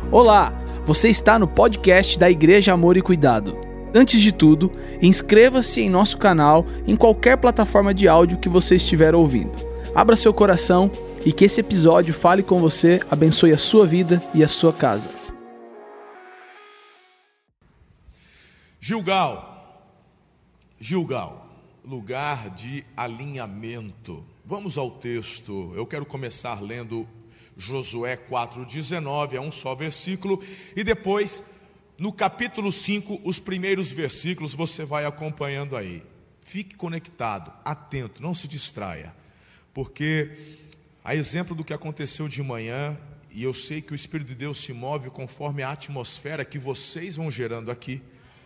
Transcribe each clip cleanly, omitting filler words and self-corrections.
Olá, você está no podcast da Igreja Amor e Cuidado. Antes de tudo, inscreva-se em nosso canal em qualquer plataforma de áudio que você estiver ouvindo. Abra seu coração e que esse episódio fale com você, abençoe a sua vida e a sua casa. Gilgal, lugar de alinhamento. Vamos ao texto. Eu quero começar lendo Josué 4,19, é um só versículo, e depois, no capítulo 5, os primeiros versículos, você vai acompanhando aí. Fique conectado, atento, não se distraia, porque a exemplo do que aconteceu de manhã, e eu sei que o Espírito de Deus se move conforme a atmosfera que vocês vão gerando aqui.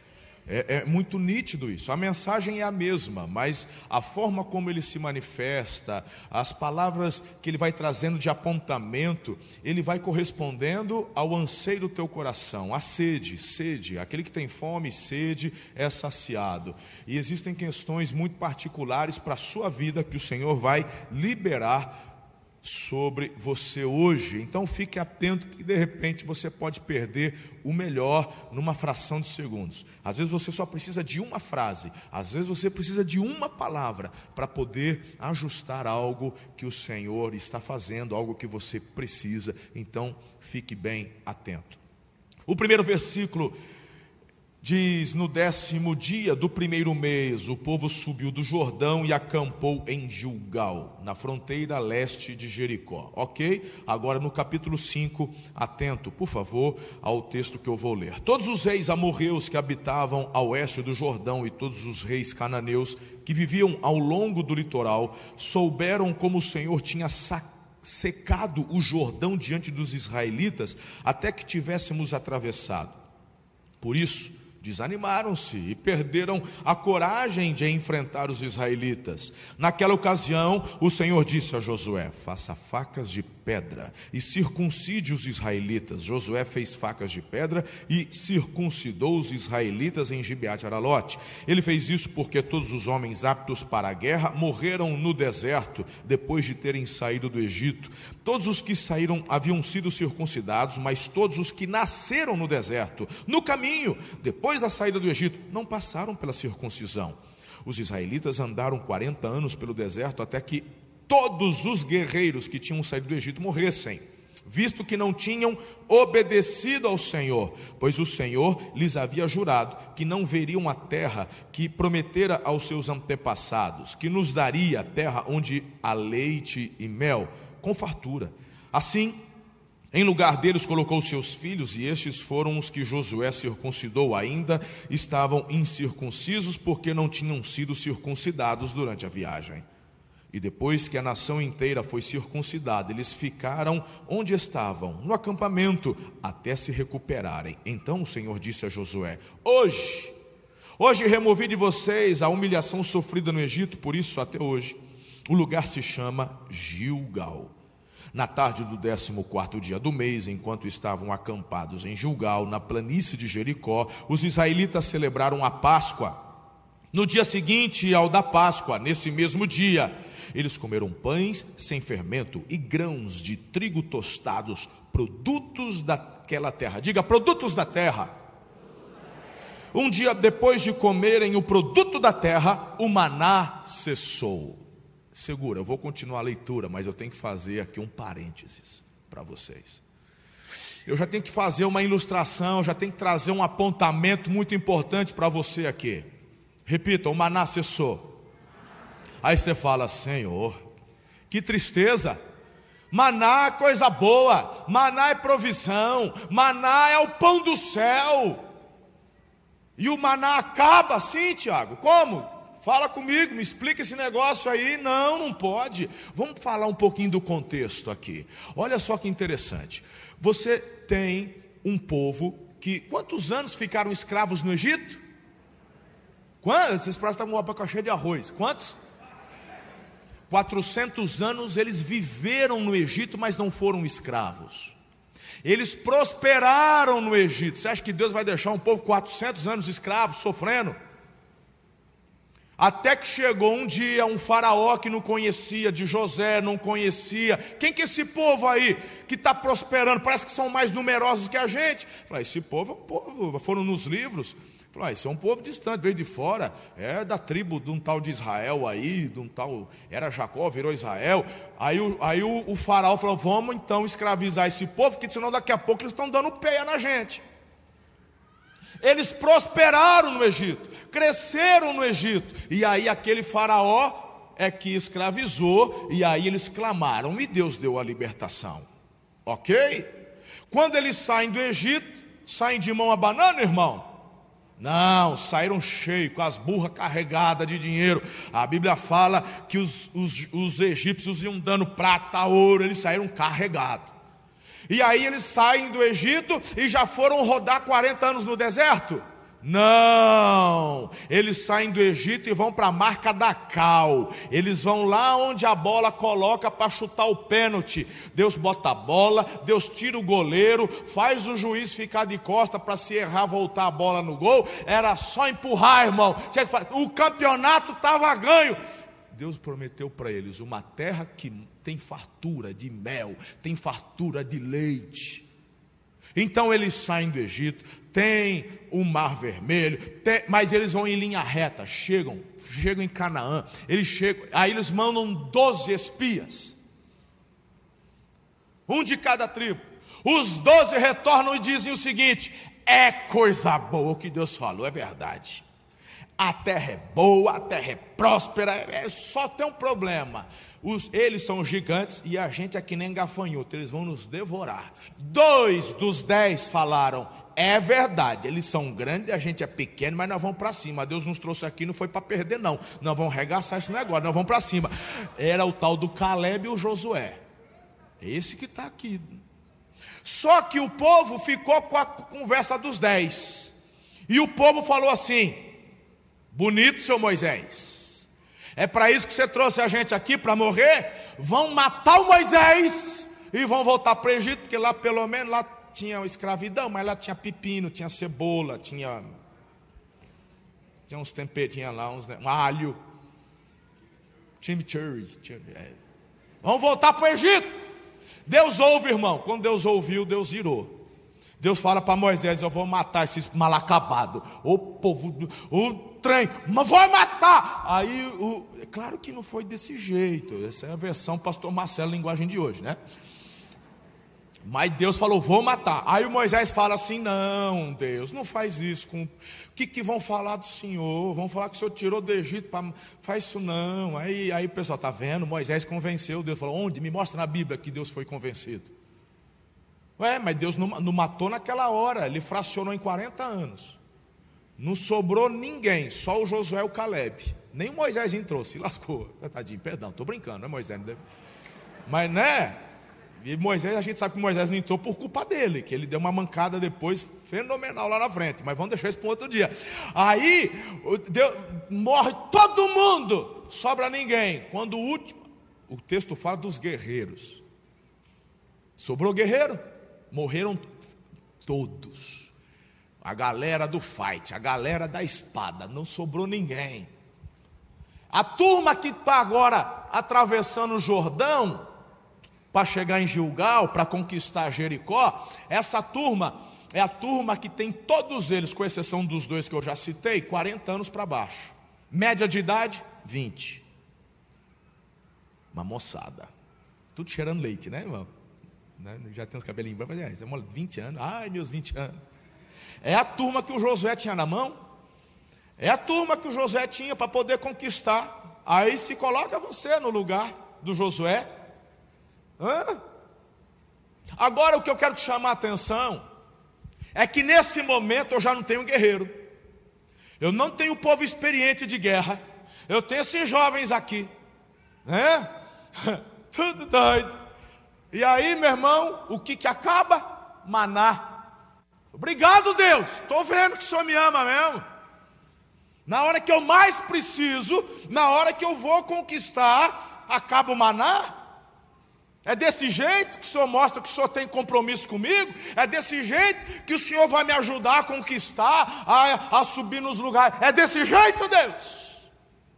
É muito nítido isso. A mensagem é a mesma, mas a forma como ele se manifesta, as palavras que ele vai trazendo de apontamento, ele vai correspondendo ao anseio do teu coração. A sede, aquele que tem fome e sede é saciado. E existem questões muito particulares para a sua vida que o Senhor vai liberar sobre você hoje. Então fique atento que de repente você pode perder o melhor numa fração de segundos. Às vezes você só precisa de uma frase, às vezes você precisa de uma palavra para poder ajustar algo que o Senhor está fazendo, algo que você precisa. Então fique bem atento. O primeiro versículo diz: no 10º dia do primeiro mês, o povo subiu do Jordão e acampou em Gilgal, na fronteira leste de Jericó. Ok? Agora no capítulo 5, atento, por favor, ao texto que eu vou ler. Todos os reis amorreus que habitavam a oeste do Jordão e todos os reis cananeus que viviam ao longo do litoral souberam como o Senhor tinha secado o Jordão diante dos israelitas até que tivéssemos atravessado. Por isso, desanimaram-se e perderam a coragem de enfrentar os israelitas. Naquela ocasião, o Senhor disse a Josué: faça facas de pedra e circuncide os israelitas. Josué fez facas de pedra e circuncidou os israelitas em Gibeate-Aralote. Ele fez isso porque todos os homens aptos para a guerra morreram no deserto depois de terem saído do Egito. Todos os que saíram haviam sido circuncidados, mas todos os que nasceram no deserto, no caminho, depois da saída do Egito, não passaram pela circuncisão. Os israelitas andaram 40 anos pelo deserto até que todos os guerreiros que tinham saído do Egito morressem, visto que não tinham obedecido ao Senhor, pois o Senhor lhes havia jurado que não veriam a terra que prometera aos seus antepassados, que nos daria a terra onde há leite e mel, com fartura. Assim, em lugar deles colocou seus filhos, e estes foram os que Josué circuncidou. Ainda estavam incircuncisos porque não tinham sido circuncidados durante a viagem. E depois que a nação inteira foi circuncidada, eles ficaram onde estavam, no acampamento, até se recuperarem. Então o Senhor disse a Josué: Hoje removi de vocês a humilhação sofrida no Egito, por isso até hoje o lugar se chama Gilgal. Na tarde do 14º dia do mês, enquanto estavam acampados em Gilgal, na planície de Jericó, os israelitas celebraram a Páscoa. No dia seguinte ao da Páscoa, nesse mesmo dia, eles comeram pães sem fermento e grãos de trigo tostados, produtos daquela terra. Diga, produtos da terra. Um dia depois de comerem o produto da terra, o maná cessou. Segura, eu vou continuar a leitura, mas eu tenho que fazer aqui um parênteses para vocês. Eu já tenho que fazer uma ilustração, já tenho que trazer um apontamento muito importante para você aqui. Repita: o maná cessou. Aí você fala: Senhor, que tristeza. Maná é coisa boa, maná é provisão, maná é o pão do céu. E o maná acaba assim, Tiago? Como? Fala comigo, me explica esse negócio aí. Não pode. Vamos falar um pouquinho do contexto aqui. Olha só que interessante. Você tem um povo que... Quantos anos ficaram escravos no Egito? Quantos? Vocês parecem uma boca cheia de arroz. Quantos? 400 anos eles viveram no Egito, mas não foram escravos. Eles prosperaram no Egito. Você acha que Deus vai deixar um povo 400 anos escravos, sofrendo? Até que chegou um dia um faraó que não conhecia de José, não conhecia. Quem que é esse povo aí que está prosperando? Parece que são mais numerosos que a gente. Falei, esse povo é um povo, foram nos livros. Falei, esse é um povo distante, veio de fora, é da tribo de um tal de Israel aí, de um tal, era Jacó, virou Israel. Aí o faraó falou, vamos então escravizar esse povo, porque senão daqui a pouco eles estão dando pé na gente. Eles prosperaram no Egito, cresceram no Egito. E aí aquele faraó é que escravizou. E aí eles clamaram e Deus deu a libertação. Ok? Quando eles saem do Egito, saem de mão a banana, irmão? Não, saíram cheios, com as burras carregadas de dinheiro. A Bíblia fala que os egípcios iam dando prata, ouro. Eles saíram carregados. E aí eles saem do Egito e já foram rodar 40 anos no deserto? Não, eles saem do Egito e vão para a marca da cal. Eles vão lá onde a bola coloca para chutar o pênalti. Deus bota a bola, Deus tira o goleiro, faz o juiz ficar de costa para, se errar, voltar a bola no gol. Era só empurrar, irmão. O campeonato estava ganho. Deus prometeu para eles uma terra que tem fartura de mel, tem fartura de leite. Então eles saem do Egito, tem o Mar Vermelho, mas eles vão em linha reta, chegam em Canaã. Aí eles mandam 12 espias, um de cada tribo. Os 12 retornam e dizem o seguinte: é coisa boa o que Deus falou, é verdade. A terra é boa, a terra é próspera, só tem um problema. Eles são gigantes e a gente é que nem gafanhoto, eles vão nos devorar. 2 dos 10 falaram, é verdade, eles são grandes, a gente é pequeno, mas nós vamos para cima. Deus nos trouxe aqui, não foi para perder não. Nós vamos arregaçar esse negócio, nós vamos para cima. Era o tal do Caleb e o Josué. Esse que está aqui. Só que o povo ficou com a conversa dos 10. E o povo falou assim: bonito, seu Moisés, é para isso que você trouxe a gente aqui, para morrer? Vão matar o Moisés e vão voltar para o Egito, porque lá pelo menos lá tinha escravidão, mas lá tinha pepino, tinha cebola, tinha uns temperos, tinha lá um alho, chimichurri. Vão voltar para o Egito. Deus ouve, irmão. Quando Deus ouviu, Deus irou. Deus fala para Moisés: eu vou matar esses mal acabados, o povo, o trem, mas vou matar. Aí, claro que não foi desse jeito. Essa é a versão pastor Marcelo, linguagem de hoje, né? Mas Deus falou: vou matar. Aí o Moisés fala assim: não, Deus, não faz isso. O que vão falar do Senhor? Vão falar que o Senhor tirou do Egito, faz isso não. Aí o pessoal, está vendo? Moisés convenceu. Deus falou: onde? Me mostra na Bíblia que Deus foi convencido. Ué, mas Deus não matou naquela hora. Ele fracionou em 40 anos. Não sobrou ninguém, só o Josué e o Caleb. Nem o Moisés entrou, se lascou. Tadinho, perdão, estou brincando, não é Moisés. Mas né? E Moisés, a gente sabe que Moisés não entrou por culpa dele, que ele deu uma mancada depois fenomenal lá na frente. Mas vamos deixar isso para um outro dia. Aí morre todo mundo, sobra ninguém. Quando o texto fala dos guerreiros. Sobrou guerreiro? Morreram todos. A galera do fight, a galera da espada, não sobrou ninguém. A turma que está agora atravessando o Jordão para chegar em Gilgal, para conquistar Jericó, essa turma é a turma que tem todos eles, com exceção dos 2 que eu já citei, 40 anos para baixo. Média de idade, 20. Uma moçada. Tudo cheirando leite, né, irmão? Já tem uns cabelinhos brancos, mas é 20 anos, ai meus 20 anos. É a turma que o Josué tinha na mão. É a turma que o Josué tinha para poder conquistar. Aí se coloca você no lugar do Josué. Agora o que eu quero te chamar a atenção é que nesse momento eu já não tenho guerreiro. Eu não tenho povo experiente de guerra. Eu tenho esses jovens aqui, né? Tudo doido. E aí, meu irmão, o que acaba? Maná. Obrigado, Deus, estou vendo que o Senhor me ama mesmo. Na hora que eu mais preciso, na hora que eu vou conquistar, acaba o maná. É desse jeito que o Senhor mostra que o Senhor tem compromisso comigo? É desse jeito que o Senhor vai me ajudar a conquistar, a subir nos lugares? É desse jeito, Deus?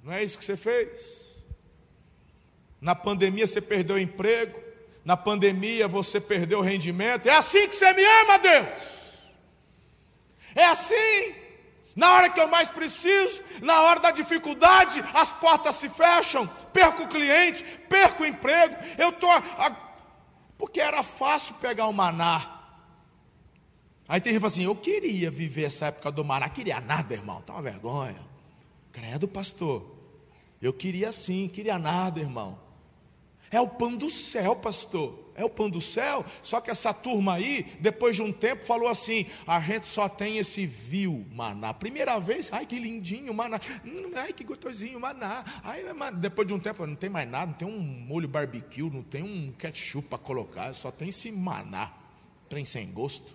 Não é isso que você fez? Na pandemia você perdeu o emprego, na pandemia você perdeu o rendimento. É assim que você me ama, Deus? É assim? Na hora que eu mais preciso, na hora da dificuldade, as portas se fecham, perco o cliente, perco o emprego. Porque era fácil pegar o maná. Aí tem gente que fala assim, eu queria viver essa época do maná. Queria nada, irmão, tá uma vergonha. Credo, pastor, eu queria sim, queria nada, irmão. É o pão do céu, pastor. É o pão do céu. Só que essa turma aí, depois de um tempo, falou assim, a gente só tem esse vil maná. Primeira vez, ai que lindinho maná. Ai que gostosinho maná. Ai, depois de um tempo, não tem mais nada, não tem um molho barbecue, não tem um ketchup para colocar, só tem esse maná. Trem sem gosto.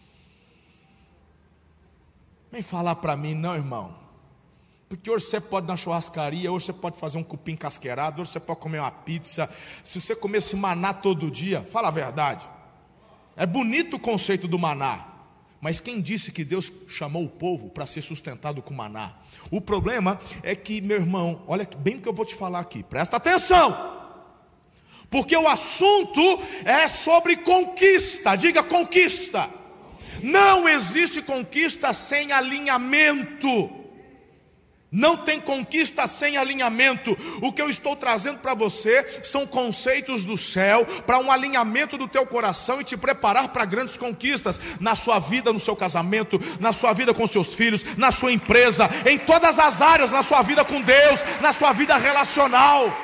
Vem falar para mim não, irmão. Porque hoje você pode ir na churrascaria, hoje você pode fazer um cupim casqueirado, hoje você pode comer uma pizza. Se você comer esse maná todo dia, fala a verdade. É bonito o conceito do maná, mas quem disse que Deus chamou o povo para ser sustentado com maná? O problema é que, meu irmão, olha bem o que eu vou te falar aqui, presta atenção. Porque o assunto é sobre conquista, diga conquista. Não existe conquista sem alinhamento. Não tem conquista sem alinhamento. O que eu estou trazendo para você são conceitos do céu, para um alinhamento do teu coração e te preparar para grandes conquistas na sua vida, no seu casamento, na sua vida com seus filhos, na sua empresa, em todas as áreas, na sua vida com Deus, na sua vida relacional.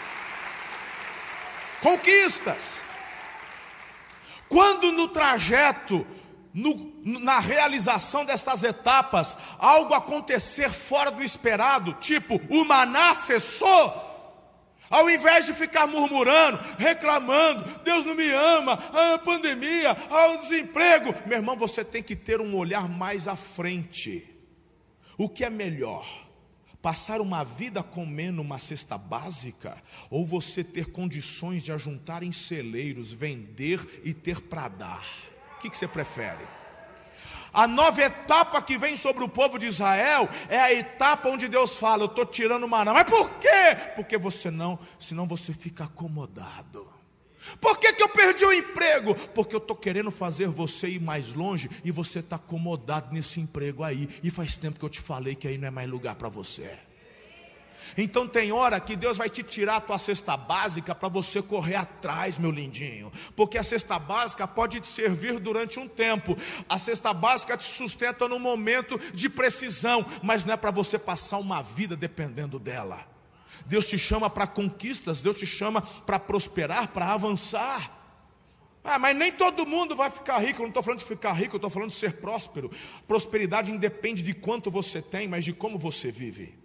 Conquistas. Quando no trajeto, na realização dessas etapas, algo acontecer fora do esperado, tipo, o maná cessou, ao invés de ficar murmurando, reclamando, Deus não me ama, a pandemia, o desemprego, meu irmão, você tem que ter um olhar mais à frente. O que é melhor? Passar uma vida comendo uma cesta básica, ou você ter condições de ajuntar em celeiros, vender e ter para dar? O que você prefere? A nova etapa que vem sobre o povo de Israel é a etapa onde Deus fala, eu estou tirando o maná. Mas por quê? Porque senão você fica acomodado. Por que eu perdi o emprego? Porque eu estou querendo fazer você ir mais longe e você está acomodado nesse emprego aí. E faz tempo que eu te falei que aí não é mais lugar para você. Então tem hora que Deus vai te tirar a tua cesta básica para você correr atrás, meu lindinho. Porque a cesta básica pode te servir durante um tempo. A cesta básica te sustenta no momento de precisão, mas não é para você passar uma vida dependendo dela. Deus te chama para conquistas, Deus te chama para prosperar, para avançar. Mas nem todo mundo vai ficar rico. Eu não estou falando de ficar rico, eu estou falando de ser próspero. Prosperidade independe de quanto você tem, mas de como você vive.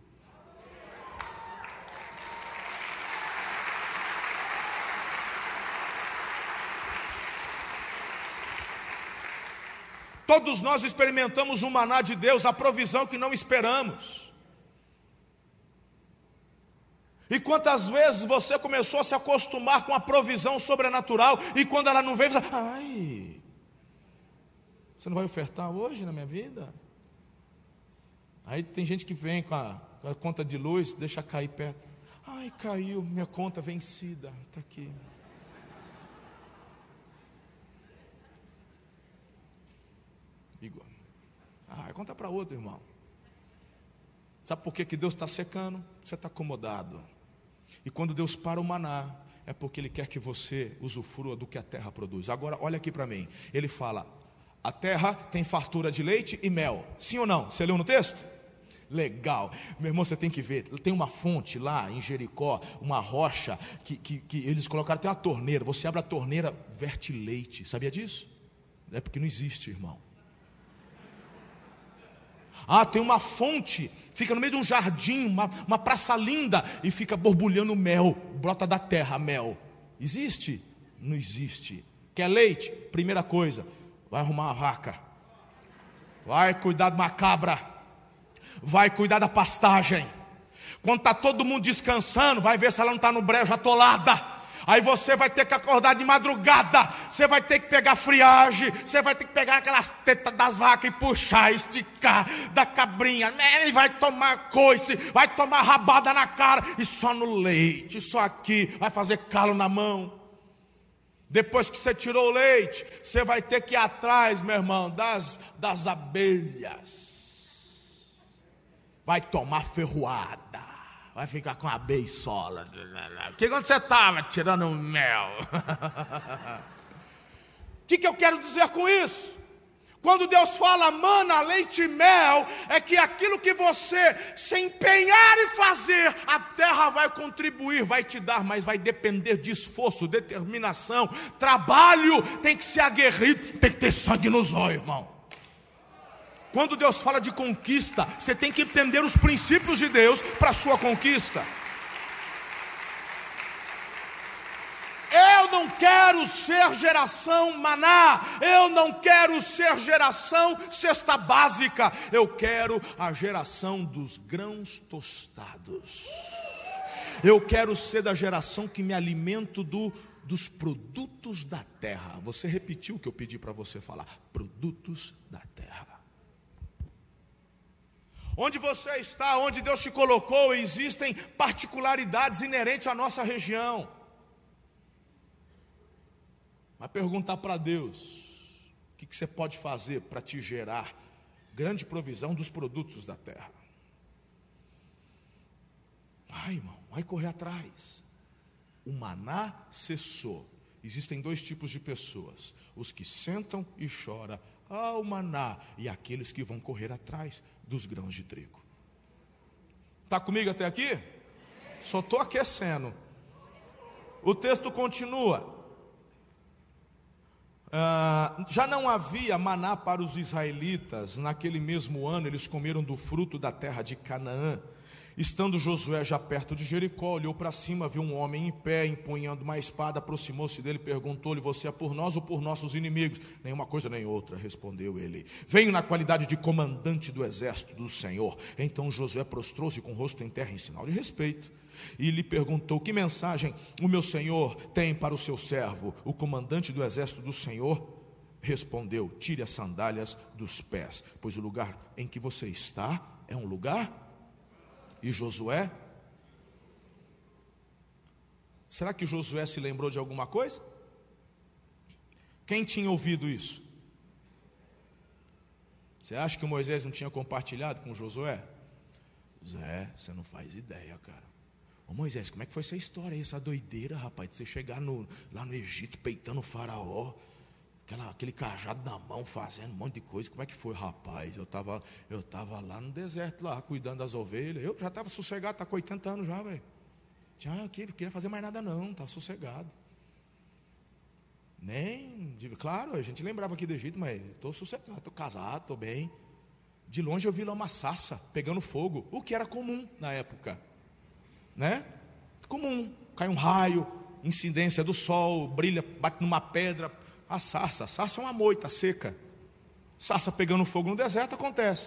Todos nós experimentamos o maná de Deus, a provisão que não esperamos. E quantas vezes você começou a se acostumar com a provisão sobrenatural e quando ela não veio, você não vai ofertar hoje na minha vida? Aí tem gente que vem com a conta de luz, deixa cair perto. Caiu, minha conta vencida, está aqui. Conta para outro, irmão. Sabe por que Deus está secando? Você está acomodado. E quando Deus para o maná, é porque Ele quer que você usufrua do que a terra produz. Agora, olha aqui para mim. Ele fala, a terra tem fartura de leite e mel. Sim ou não? Você leu no texto? Legal. Meu irmão, você tem que ver. Tem uma fonte lá em Jericó, uma rocha, que eles colocaram, tem uma torneira. Você abre a torneira, verte leite. Sabia disso? É porque não existe, irmão. Tem uma fonte, fica no meio de um jardim, uma praça linda, e fica borbulhando mel, brota da terra mel. Existe? Não existe. Quer leite? Primeira coisa, vai arrumar uma vaca, vai cuidar de uma cabra, vai cuidar da pastagem. Quando está todo mundo descansando, vai ver se ela não está no brejo atolada. Aí você vai ter que acordar de madrugada, você vai ter que pegar friagem, você vai ter que pegar aquelas tetas das vacas e puxar, esticar da cabrinha, e vai tomar coice, vai tomar rabada na cara, e só no leite, só aqui, vai fazer calo na mão. Depois que você tirou o leite, você vai ter que ir atrás, meu irmão, das abelhas. Vai tomar ferroada, vai ficar com a beisola. Que quando você estava tirando mel? O que eu quero dizer com isso? Quando Deus fala mana, leite e mel, é que aquilo que você se empenhar em fazer, a terra vai contribuir, vai te dar, mas vai depender de esforço, determinação, trabalho, tem que ser aguerrido, tem que ter sangue nos olhos, irmão. Quando Deus fala de conquista, você tem que entender os princípios de Deus para a sua conquista. Eu não quero ser geração maná, eu não quero ser geração cesta básica, eu quero a geração dos grãos tostados. Eu quero ser da geração que me alimento dos produtos da terra. Você repetiu o que eu pedi para você falar, produtos da terra. Onde você está, onde Deus te colocou, existem particularidades inerentes à nossa região. Vai perguntar para Deus, o que você pode fazer para te gerar grande provisão dos produtos da terra? Vai, irmão, vai correr atrás. O maná cessou. Existem dois tipos de pessoas: os que sentam e choram ao maná, e aqueles que vão correr atrás dos grãos de trigo. Está comigo até aqui? Só estou aquecendo. O texto continua. Já não havia maná para os israelitas. Naquele mesmo ano eles comeram do fruto da terra de Canaã. Estando Josué já perto de Jericó, olhou para cima, viu um homem em pé, empunhando uma espada, aproximou-se dele e perguntou-lhe: você é por nós ou por nossos inimigos? Nenhuma coisa nem outra, respondeu ele. Venho na qualidade de comandante do exército do Senhor. Então Josué prostrou-se com o rosto em terra em sinal de respeito e lhe perguntou: que mensagem o meu senhor tem para o seu servo? O comandante do exército do Senhor respondeu: tire as sandálias dos pés, pois o lugar em que você está é um lugar... E Josué? Será que Josué se lembrou de alguma coisa? Quem tinha ouvido isso? Você acha que o Moisés não tinha compartilhado com Josué? Zé, você não faz ideia, cara. Ô Moisés, como é que foi essa história aí, essa doideira, rapaz, de você chegar lá no Egito peitando o faraó, aquele cajado na mão, fazendo um monte de coisa? Como é que foi, rapaz? Eu tava lá no deserto, lá, cuidando das ovelhas. Eu já estava sossegado, tá com 80 anos já, velho. Não queria fazer mais nada não, estava sossegado. Claro, a gente lembrava aqui do Egito, mas estou sossegado, estou casado, estou bem. De longe eu vi lá uma sarça pegando fogo, o que era comum na época, né? Comum, cai um raio, incidência do sol, brilha, bate numa pedra. A sarça é uma moita seca. Sarça pegando fogo no deserto acontece.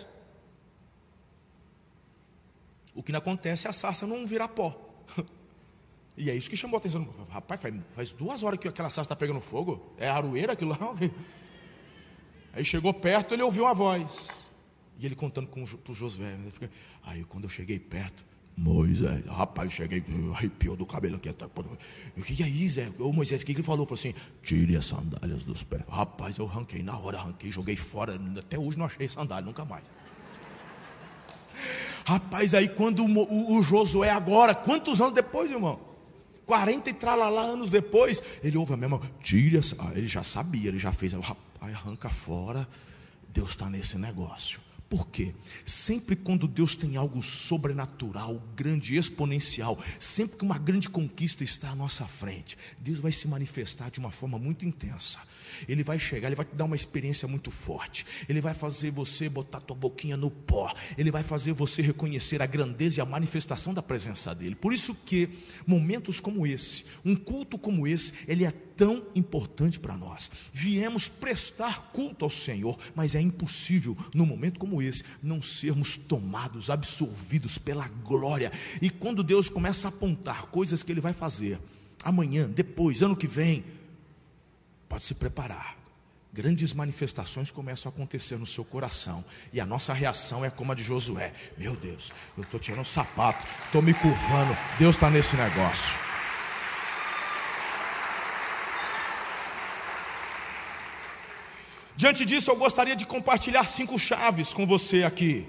O que não acontece é a sarça não virar pó. E é isso que chamou a atenção. Rapaz, faz 2 horas que aquela sarça está pegando fogo. É aroeira aquilo lá. Aí chegou perto, ele ouviu uma voz. E ele contando para o Josué. Aí quando eu cheguei perto, Moisés, rapaz, cheguei, arrepiou do cabelo aqui. O que é isso, Zé? O Moisés, o que ele falou? Falou assim: tire as sandálias dos pés. Rapaz, eu arranquei, na hora arranquei, joguei fora. Até hoje não achei sandália, nunca mais. Rapaz, aí quando o Josué agora, quantos anos depois, irmão? 40 e tralalá anos depois, ele ouve a mesma, tire as... ele já sabia, ele já fez, rapaz, arranca fora. Deus está nesse negócio. Por quê? Sempre quando Deus tem algo sobrenatural, grande, exponencial, sempre que uma grande conquista está à nossa frente, Deus vai se manifestar de uma forma muito intensa. Ele vai chegar, ele vai te dar uma experiência muito forte. Ele vai fazer você botar tua boquinha no pó. Ele vai fazer você reconhecer a grandeza e a manifestação da presença dele. Por isso que momentos como esse, um culto como esse, ele é tão importante para nós. Viemos prestar culto ao Senhor, mas é impossível num momento como esse não sermos tomados, absorvidos pela glória. E quando Deus começa a apontar coisas que ele vai fazer, amanhã, depois, ano que vem. Pode se preparar. Grandes manifestações começam a acontecer no seu coração. E a nossa reação é como a de Josué. Meu Deus, eu estou tirando o sapato, estou me curvando. Deus está nesse negócio. Diante disso, eu gostaria de compartilhar 5 chaves com você aqui.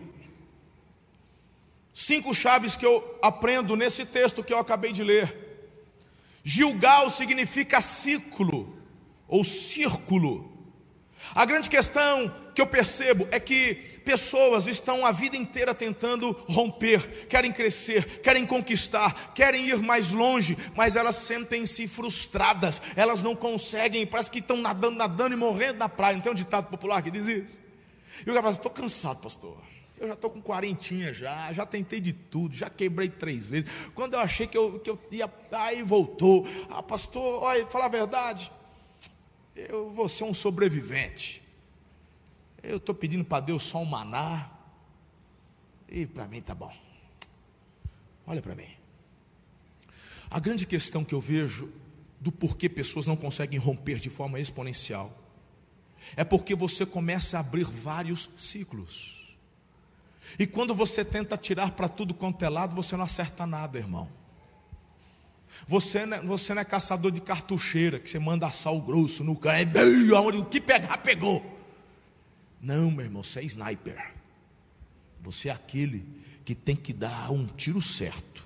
5 chaves que eu aprendo nesse texto que eu acabei de ler. Gilgal significa ciclo ou círculo. A grande questão que eu percebo é que pessoas estão a vida inteira tentando romper, querem crescer, querem conquistar, querem ir mais longe, mas elas sentem-se frustradas, elas não conseguem, parece que estão nadando e morrendo na praia. Não tem um ditado popular que diz isso? E o cara fala assim: estou cansado, pastor. Eu já estou com 40 já tentei de tudo, já quebrei 3 vezes. Quando eu achei que eu ia, aí voltou. Pastor, olha, falar a verdade, eu vou ser um sobrevivente. Eu estou pedindo para Deus só um maná, e para mim está bom. Olha para mim. A grande questão que eu vejo do porquê pessoas não conseguem romper de forma exponencial é porque você começa a abrir vários ciclos. E quando você tenta tirar para tudo quanto é lado, você não acerta nada, irmão. Você não é caçador de cartucheira, que você manda assar o grosso no cara, o que pegar, pegou. Não, meu irmão, você é sniper. Você é aquele que tem que dar um tiro certo.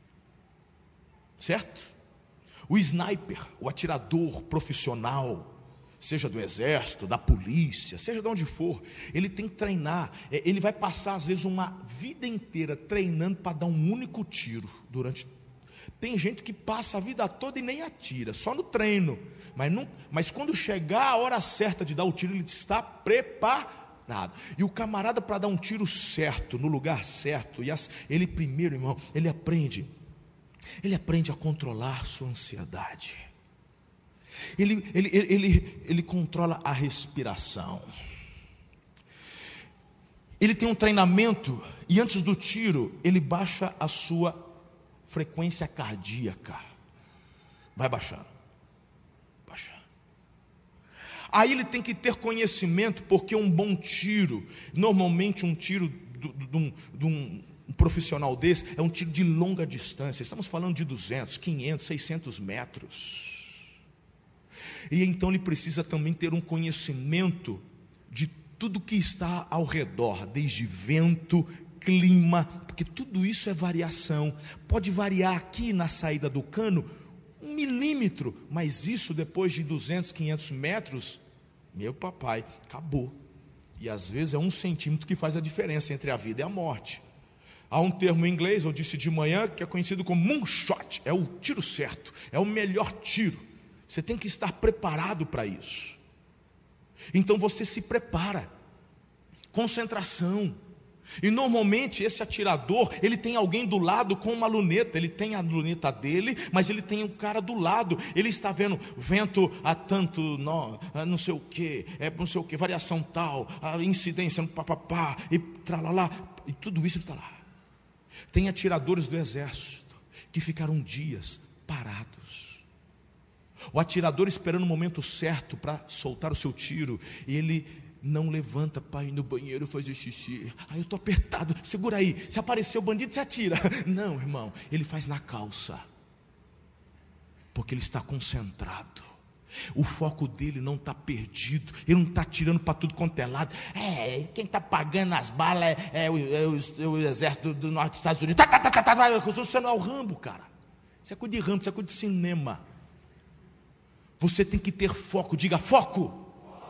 Certo? O sniper, o atirador profissional, seja do exército, da polícia, seja de onde for, ele tem que treinar. Ele vai passar às vezes uma vida inteira treinando para dar um único tiro durante. Tem gente que passa a vida toda e nem atira, só no treino. Mas quando chegar a hora certa de dar o tiro, ele está preparado. E o camarada, para dar um tiro certo, no lugar certo, ele primeiro, irmão, ele aprende a controlar sua ansiedade. Ele controla a respiração. Ele tem um treinamento, e antes do tiro, ele baixa a sua frequência cardíaca. Vai baixando. Aí ele tem que ter conhecimento, porque um bom tiro, normalmente um tiro de um profissional desse, é um tiro de longa distância. Estamos falando de 200, 500, 600 metros. E então ele precisa também ter um conhecimento de tudo que está ao redor, desde vento, clima, porque tudo isso é variação. Pode variar aqui na saída do cano 1 milímetro, mas isso depois de 200, 500 metros, meu papai, acabou. E às vezes é 1 centímetro que faz a diferença entre a vida e a morte. Há um termo em inglês, eu disse de manhã, que é conhecido como moonshot, é o tiro certo, é o melhor tiro. Você tem que estar preparado para isso. Então você se prepara. Concentração. E normalmente esse atirador, ele tem alguém do lado com uma luneta. Ele tem a luneta dele, mas ele tem um cara do lado. Ele está vendo vento a tanto, não sei o que, variação tal, a incidência no papapá, e tralalá, e tudo isso ele está lá. Tem atiradores do exército que ficaram dias parados. O atirador esperando o momento certo para soltar o seu tiro, e ele não levanta para ir no banheiro fazer xixi. Eu estou apertado, segura aí, se aparecer o bandido você atira. Não, irmão, ele faz na calça, porque ele está concentrado. O foco dele não está perdido, ele não está tirando para tudo quanto é lado. Quem está pagando as balas é o exército do norte dos Estados Unidos. Você não é o Rambo, cara. Isso é coisa de Rambo, isso é coisa de cinema. Você tem que ter foco, diga foco.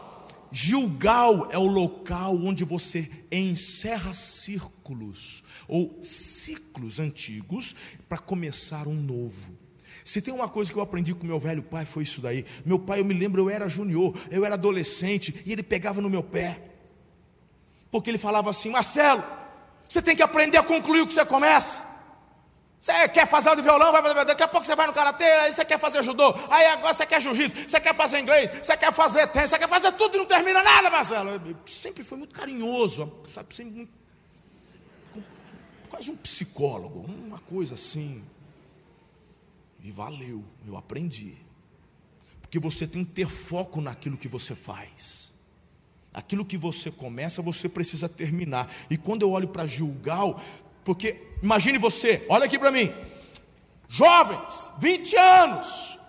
Gilgal é o local onde você encerra círculos ou ciclos antigos para começar um novo. Se tem uma coisa que eu aprendi com meu velho pai, foi isso daí. Meu pai, eu me lembro, eu era junior, eu era adolescente, e ele pegava no meu pé, porque ele falava assim: Marcelo, você tem que aprender a concluir o que você começa. Você quer fazer aula de violão, vai fazer, daqui a pouco você vai no karatê, aí você quer fazer judô, aí agora você quer jiu-jitsu, você quer fazer inglês, você quer fazer tênis, você quer fazer tudo e não termina nada, Marcelo. Eu sempre foi muito carinhoso, sabe, sempre muito, quase um psicólogo, uma coisa assim. E valeu, eu aprendi. Porque você tem que ter foco naquilo que você faz. Aquilo que você começa, você precisa terminar. E quando eu olho para Gilgal, porque imagine você, olha aqui para mim, jovens, 20 anos.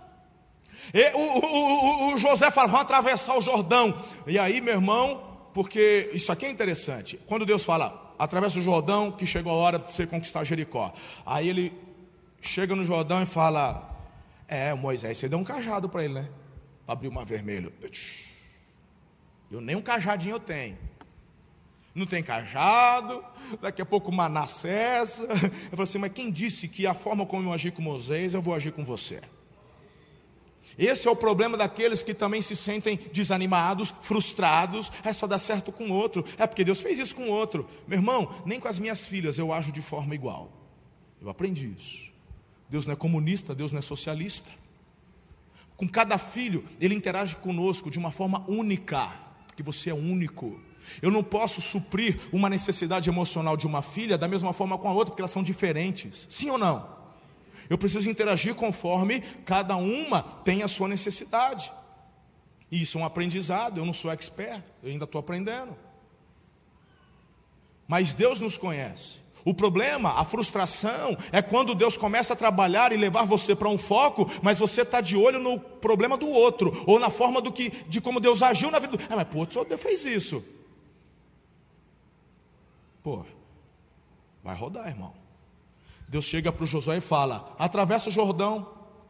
O José fala, vamos atravessar o Jordão. E aí, meu irmão, porque isso aqui é interessante. Quando Deus fala, atravessa o Jordão, que chegou a hora de você conquistar Jericó. Aí ele chega no Jordão e fala, Moisés, você deu um cajado para ele, né? Para abrir o mar vermelho. Eu nem um cajadinho eu tenho. Não tem cajado, daqui a pouco maná cessa. Eu falei assim, mas quem disse que a forma como eu agi com Moisés, eu vou agir com você? Esse é o problema daqueles que também se sentem desanimados, frustrados. Só dá certo com o outro. Porque Deus fez isso com o outro. Meu irmão, nem com as minhas filhas eu ajo de forma igual. Eu aprendi isso. Deus não é comunista, Deus não é socialista. Com cada filho, Ele interage conosco de uma forma única, porque você é único. Eu não posso suprir uma necessidade emocional de uma filha da mesma forma com a outra, porque elas são diferentes. Sim ou não? Eu preciso interagir conforme cada uma tem a sua necessidade. E isso é um aprendizado, eu não sou expert, eu ainda estou aprendendo. Mas Deus nos conhece. O problema, a frustração, é quando Deus começa a trabalhar e levar você para um foco, mas você está de olho no problema do outro, ou na forma de como Deus agiu na vida do... mas pô, só Deus fez isso. Pô, vai rodar, irmão. Deus chega para o Josué e fala, atravessa o Jordão.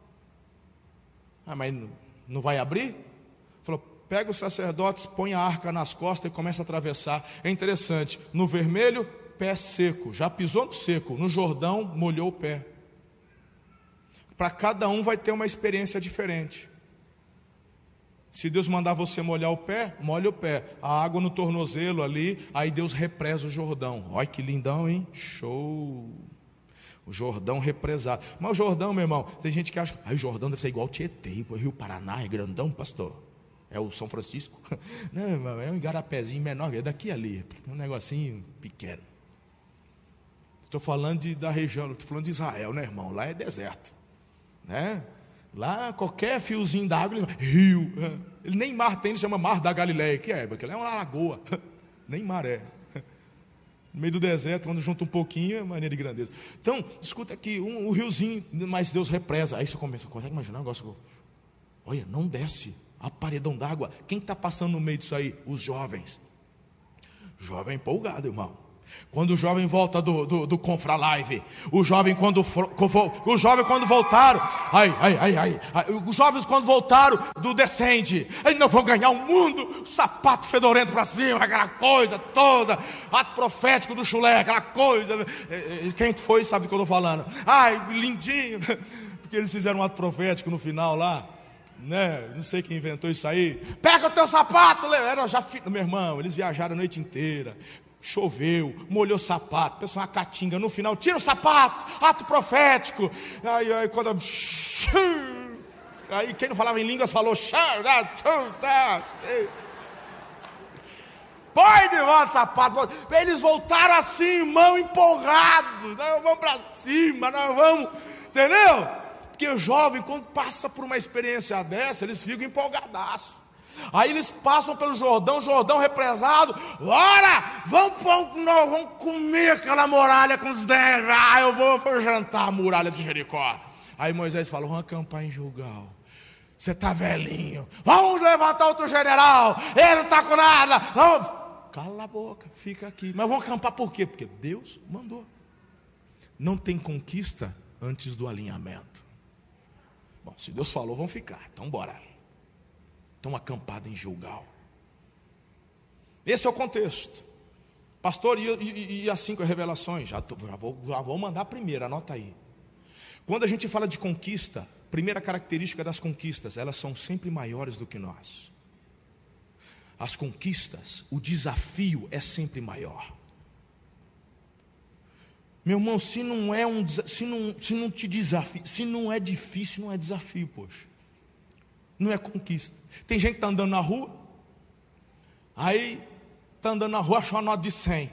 Mas não vai abrir? Falou, pega os sacerdotes, põe a arca nas costas e começa a atravessar. É interessante, no vermelho, pé seco, já pisou no seco. No Jordão, molhou o pé. Para cada um vai ter uma experiência diferente. Se Deus mandar você molhar o pé, molha o pé. A água no tornozelo ali, aí Deus represa o Jordão. Olha que lindão, hein? Show! O Jordão represado. Mas o Jordão, meu irmão, tem gente que acha que o Jordão deve ser igual o Tietê, o Rio Paraná é grandão, pastor. É o São Francisco. Não, irmão, é um igarapézinho menor, é daqui ali, um negocinho pequeno. Estou falando da região, estou falando de Israel, né, irmão? Lá é deserto, né? Lá qualquer fiozinho d'água, rio. Ele nem mar tem, ele chama Mar da Galileia, que é, porque lá é uma lagoa, nem maré. No meio do deserto, quando junta um pouquinho, é maneira de grandeza. Então, escuta aqui, um riozinho, mas Deus represa. Aí você consegue imaginar um negócio? Olha, não desce a paredão d'água. Quem está passando no meio disso aí? Os jovens. Jovem empolgado, irmão. Quando o jovem volta do Confra Live, os jovens quando voltaram, os jovens quando voltaram do Descende, ainda vão ganhar o mundo, sapato fedorento para cima, aquela coisa toda, ato profético do chulé, aquela coisa. Quem foi sabe do que eu estou falando. Lindinho, porque eles fizeram um ato profético no final lá, né? Não sei quem inventou isso aí. Pega o teu sapato, meu irmão, eles viajaram a noite inteira. Choveu, molhou o sapato, pessoal, uma caatinga no final, tira o sapato, ato profético. Aí quando aí quem não falava em línguas falou, põe de volta o sapato. Eles voltaram assim, irmão, empolgados. Nós vamos para cima, nós vamos, entendeu? Porque o jovem, quando passa por uma experiência dessa, eles ficam empolgadaços. Aí eles passam pelo Jordão represado. Bora, vamos comer aquela muralha com os dentes. Eu vou jantar a muralha de Jericó. Aí Moisés fala, vamos acampar em Gilgal. Você está velhinho, vamos levantar outro general. Ele não está com nada. Vamos. Cala a boca, fica aqui. Mas vamos acampar por quê? Porque Deus mandou. Não tem conquista antes do alinhamento. Bom, se Deus falou, vamos ficar. Então bora. Estão acampados em Gilgal. Esse é o contexto. Pastor, e as 5 revelações? Já vou mandar a primeira, anota aí. Quando a gente fala de conquista, primeira característica das conquistas, elas são sempre maiores do que nós. As conquistas, o desafio é sempre maior. Meu irmão, se não te desafia, se não é difícil, não é desafio, poxa. Não é conquista. Tem gente que está andando na rua, aí está andando na rua, achou uma nota de 100.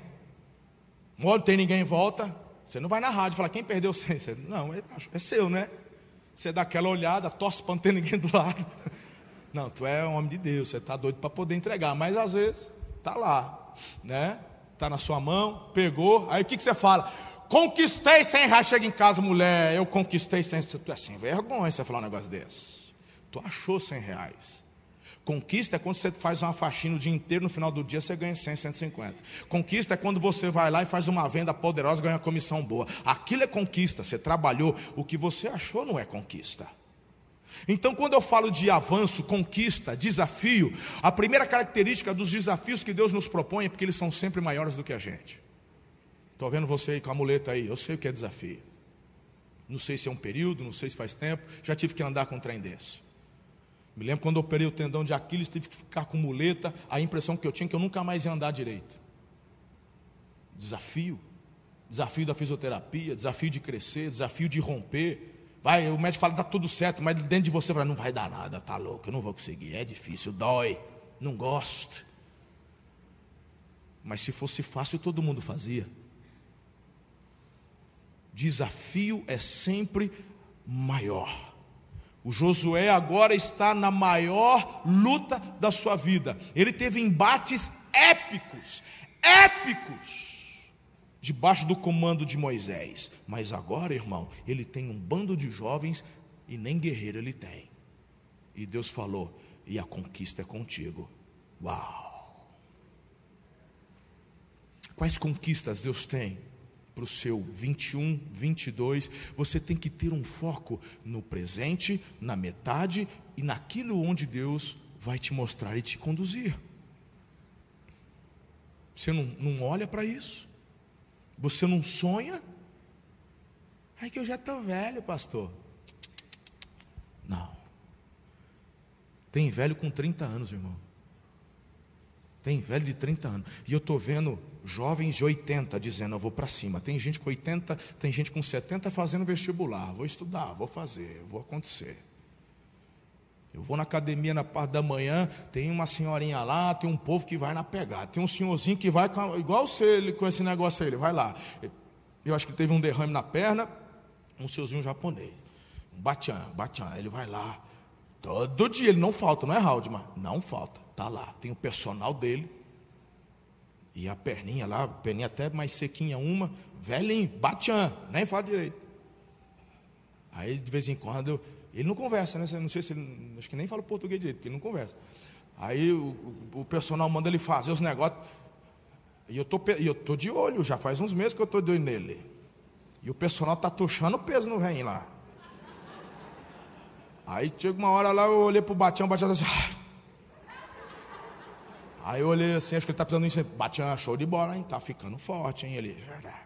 Não tem ninguém em volta, você não vai na rádio falar, quem perdeu 100? Não, é seu, né? Você dá aquela olhada, torce para não ter ninguém do lado. Não, tu é um homem de Deus, você está doido para poder entregar, mas às vezes está lá, né? Está na sua mão, pegou, aí o que você fala? Conquistei R$100, chega em casa, mulher, eu conquistei 100. Tu é sem vergonha você falar um negócio desse. Tu achou R$100. Conquista é quando você faz uma faxina o dia inteiro, no final do dia você ganha 100, 150. Conquista é quando você vai lá e faz uma venda poderosa e ganha uma comissão boa. Aquilo é conquista, você trabalhou. O que você achou não é conquista. Então, quando eu falo de avanço, conquista, desafio, a primeira característica dos desafios que Deus nos propõe é porque eles são sempre maiores do que a gente. Estou vendo você aí com a muleta aí, eu sei o que é desafio. Não sei se é um período, não sei se faz tempo, já tive que andar com um trem desse. Me lembro quando eu operei o tendão de Aquiles, tive que ficar com muleta, a impressão que eu tinha é que eu nunca mais ia andar direito. Desafio da fisioterapia, desafio de crescer, desafio de romper. Vai, o médico fala, dá tudo certo, mas dentro de você fala, não vai dar nada, tá louco, eu não vou conseguir, é difícil, dói, não gosto. Mas se fosse fácil, todo mundo fazia. Desafio é sempre maior. O Josué agora está na maior luta da sua vida. Ele teve embates épicos, debaixo do comando de Moisés. Mas agora, irmão, ele tem um bando de jovens e nem guerreiro ele tem. E Deus falou, e a conquista é contigo. Uau! Quais conquistas Deus tem para o seu 21, 22? Você tem que ter um foco no presente, na metade e naquilo onde Deus vai te mostrar e te conduzir. Você não olha para isso? Você não sonha? Ai, que eu já estou velho, pastor. Não. Tem velho com 30 anos, irmão. Tem velho de 30 anos. E eu estou vendo jovens de 80 dizendo, eu vou para cima. Tem gente com 80, tem gente com 70 fazendo vestibular. Vou estudar, vou fazer, vou acontecer. Eu vou na academia na parte da manhã, tem uma senhorinha lá, tem um povo que vai na pegada. Tem um senhorzinho que vai, igual você com esse negócio aí, ele vai lá. Eu acho que teve um derrame na perna, um senhorzinho japonês. Um batian, ele vai lá. Todo dia, ele não falta, não é Haldman? Não falta, está lá. Tem o personal dele. E a perninha lá, a perninha até mais sequinha, uma, velhinho, batian, nem fala direito. Aí de vez em quando, ele não conversa, né? Não sei se ele, acho que nem fala português direito, porque ele não conversa. Aí o personal manda ele fazer os negócios. E eu tô de olho, já faz uns meses que eu estou de olho nele. E o personal está tuchando o peso no velhinho lá. Aí chega uma hora lá, eu olhei pro Batian assim. Aí eu olhei assim, acho que ele está precisando disso. Batian, show de bola, hein? Tá ficando forte, hein? Ele.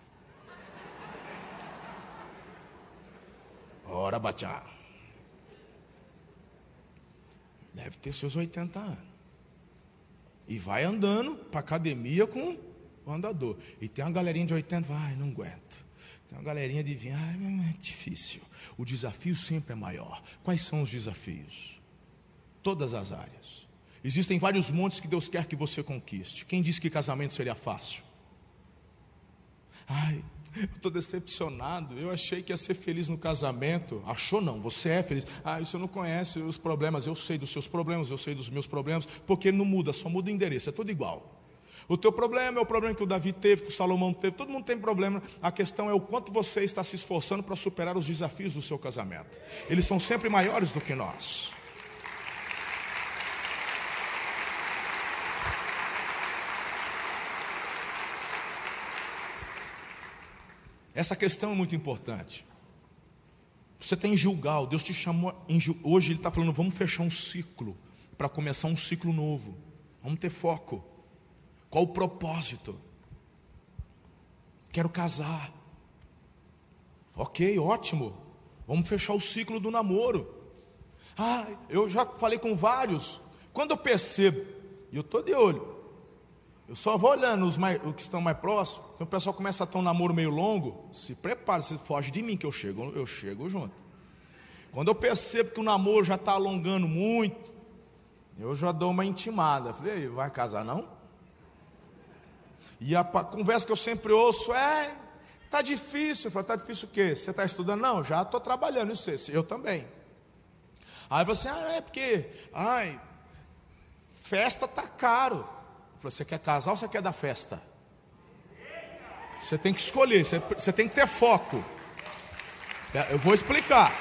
Bora, Batian. Deve ter seus 80 anos. E vai andando para academia com o andador. E tem uma galerinha de 80, ai, não aguento. Tem uma galerinha de 20, ai, é difícil. O desafio sempre é maior. Quais são os desafios? Todas as áreas. Existem vários montes que Deus quer que você conquiste. Quem disse que casamento seria fácil? Ai, eu estou decepcionado. Eu achei que ia ser feliz no casamento. Achou não, você é feliz. Ah, você não conhece os problemas. Eu sei dos seus problemas, eu sei dos meus problemas. Porque não muda, só muda o endereço, é tudo igual. O teu problema é o problema que o Davi teve, que o Salomão teve. Todo mundo tem problema. A questão é o quanto você está se esforçando para superar os desafios do seu casamento. Eles são sempre maiores do que nós. Essa questão é muito importante. Você tem Gilgal, Deus te chamou hoje Ele está falando, vamos fechar um ciclo, para começar um ciclo novo. Vamos ter foco. Qual o propósito? Quero casar. Ok, ótimo. Vamos fechar o ciclo do namoro. Ah, eu já falei com vários. Quando eu percebo, e eu estou de olho, eu só vou olhando os que estão mais próximos. Então o pessoal começa a ter um namoro meio longo. Se prepara, se foge de mim que eu chego junto. Quando eu percebo que o namoro já está alongando muito, eu já dou uma intimada. Falei, vai casar não? E a conversa que eu sempre ouço é, Está difícil. Eu falo, está difícil o quê? Você está estudando? Não, já estou trabalhando, isso, eu também. Aí você, é porque, festa está caro. Eu falei, você quer casar ou você quer dar festa? Você tem que escolher, você tem que ter foco. Eu vou explicar.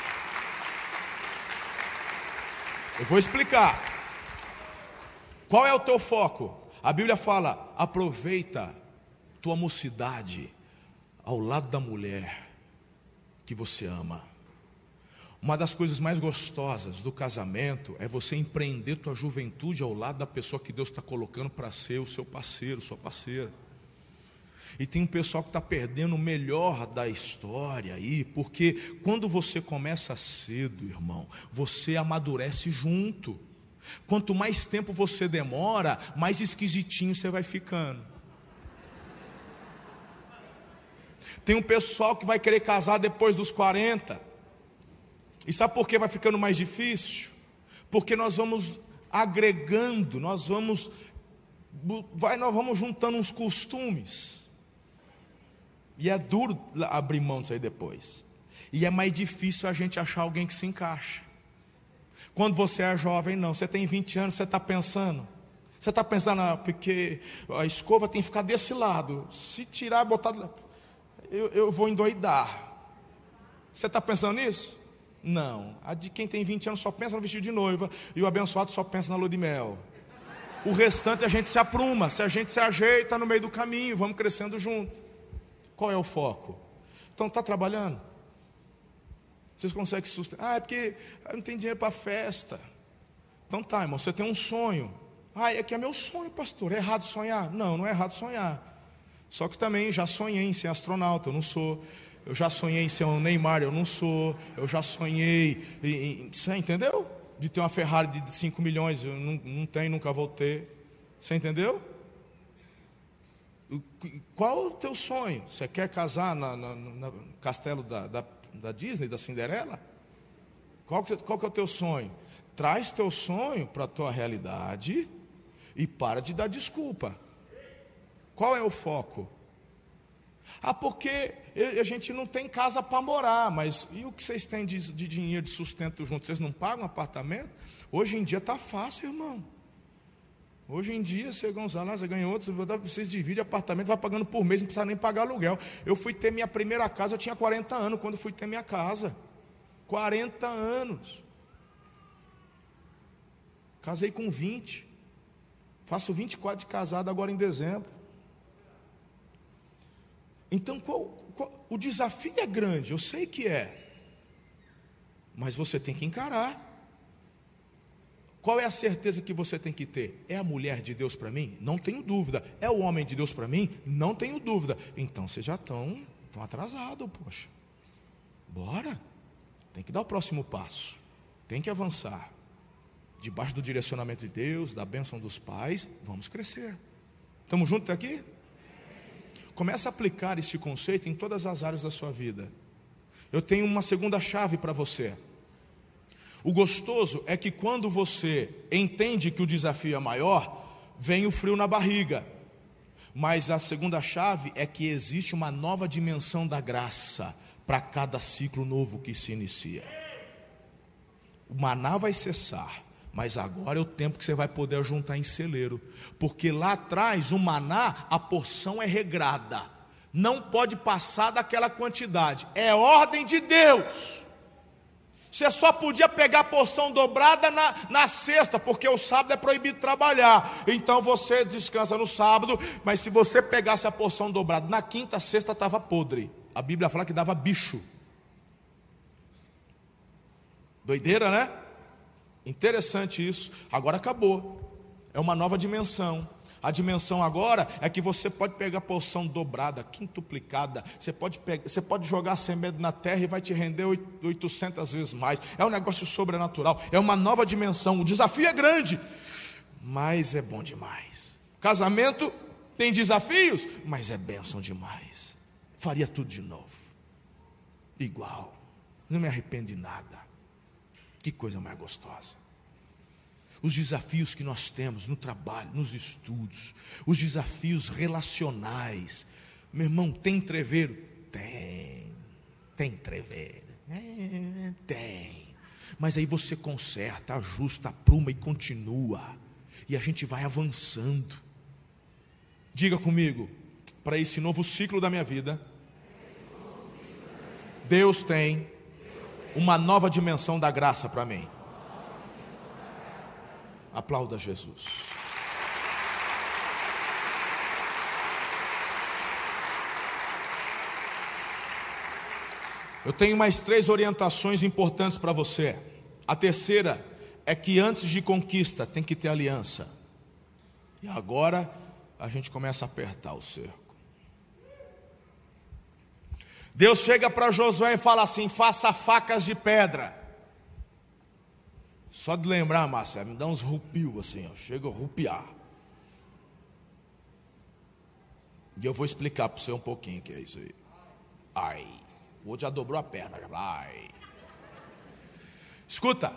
Qual é o teu foco? A Bíblia fala, aproveita tua mocidade ao lado da mulher que você ama. Uma das coisas mais gostosas do casamento é você empreender tua juventude ao lado da pessoa que Deus está colocando para ser o seu parceiro, sua parceira. E tem um pessoal que está perdendo o melhor da história aí, porque quando você começa cedo, irmão, você amadurece junto. Quanto mais tempo você demora, mais esquisitinho você vai ficando. Tem um pessoal que vai querer casar depois dos 40. E sabe por que vai ficando mais difícil? Porque nós vamos agregando, nós vamos juntando uns costumes. E é duro abrir mão disso aí depois. E é mais difícil a gente achar alguém que se encaixa. Quando você é jovem, não. Você tem 20 anos, você está pensando. Você está pensando, porque a escova tem que ficar desse lado. Se tirar, botar... Eu vou endoidar. Você está pensando nisso? Não. A de quem tem 20 anos só pensa no vestido de noiva. E o abençoado só pensa na lua de mel. O restante a gente se apruma. Se a gente se ajeita no meio do caminho, vamos crescendo junto. Qual é o foco? Então, está trabalhando? Vocês conseguem sustentar? É porque não tem dinheiro para festa. Então tá, irmão, você tem um sonho. É que é meu sonho, pastor. É errado sonhar? Não, não é errado sonhar. Só que também já sonhei em ser astronauta, eu não sou. Eu já sonhei em ser um Neymar, eu não sou. Eu já sonhei você entendeu? De ter uma Ferrari de 5 milhões, eu não tenho, nunca vou ter. Você entendeu? Qual o teu sonho? Você quer casar no castelo da Disney, da Cinderela? Qual que é o teu sonho? Traz teu sonho para a tua realidade e para de dar desculpa. Qual é o foco? Porque a gente não tem casa para morar, mas e o que vocês têm de dinheiro, de sustento junto? Vocês não pagam apartamento? Hoje em dia está fácil, irmão. Hoje em dia, você ganha outros, vocês dividem apartamento, vai pagando por mês, não precisa nem pagar aluguel. Eu fui ter minha primeira casa, eu tinha 40 anos, quando fui ter minha casa. 40 anos. Casei com 20. Faço 24 de casado agora em dezembro. Então, o desafio é grande, eu sei que é. Mas você tem que encarar. Qual é a certeza que você tem que ter? É a mulher de Deus para mim? Não tenho dúvida. É o homem de Deus para mim? Não tenho dúvida. Então vocês já estão atrasados, poxa. Bora. Tem que dar o próximo passo. Tem que avançar. Debaixo do direcionamento de Deus, da bênção dos pais, vamos crescer. Estamos juntos aqui? Comece a aplicar esse conceito em todas as áreas da sua vida. Eu tenho uma segunda chave para você. O gostoso é que quando você entende que o desafio é maior, vem o frio na barriga. Mas a segunda chave é que existe uma nova dimensão da graça para cada ciclo novo que se inicia. O maná vai cessar, mas agora é o tempo que você vai poder juntar em celeiro. Porque lá atrás, o maná, a porção é regrada. Não pode passar daquela quantidade. É ordem de Deus. Você só podia pegar a porção dobrada na sexta, porque o sábado é proibido trabalhar. Então você descansa no sábado, mas se você pegasse a porção dobrada na quinta, sexta estava podre. A Bíblia fala que dava bicho. Doideira, né? Interessante isso. Agora acabou. É uma nova dimensão. A dimensão agora é que você pode pegar a porção dobrada, quintuplicada. Você pode jogar a semente na terra e vai te render 800 vezes mais. É um negócio sobrenatural. É uma nova dimensão. O desafio é grande, mas é bom demais. Casamento tem desafios, mas é bênção demais. Faria tudo de novo. Igual. Não me arrependo de nada. Que coisa mais gostosa. Os desafios que nós temos no trabalho, nos estudos, os desafios relacionais. Meu irmão, tem treveiro? Tem treveiro. Tem. Mas aí você conserta, ajusta, apruma e continua. E a gente vai avançando. Diga comigo, para esse novo ciclo da minha vida, Deus tem uma nova dimensão da graça para mim. Aplauda Jesus. Eu tenho mais 3 orientações importantes para você. A terceira é que antes de conquista tem que ter aliança. E agora a gente começa a apertar o cerco. Deus chega para Josué e fala assim: faça facas de pedra. Só de lembrar, Márcia, me dá uns rupios assim, ó, chega a rupiar. E eu vou explicar para você um pouquinho o que é isso aí. Ai, o outro já dobrou a perna. Ai. Escuta,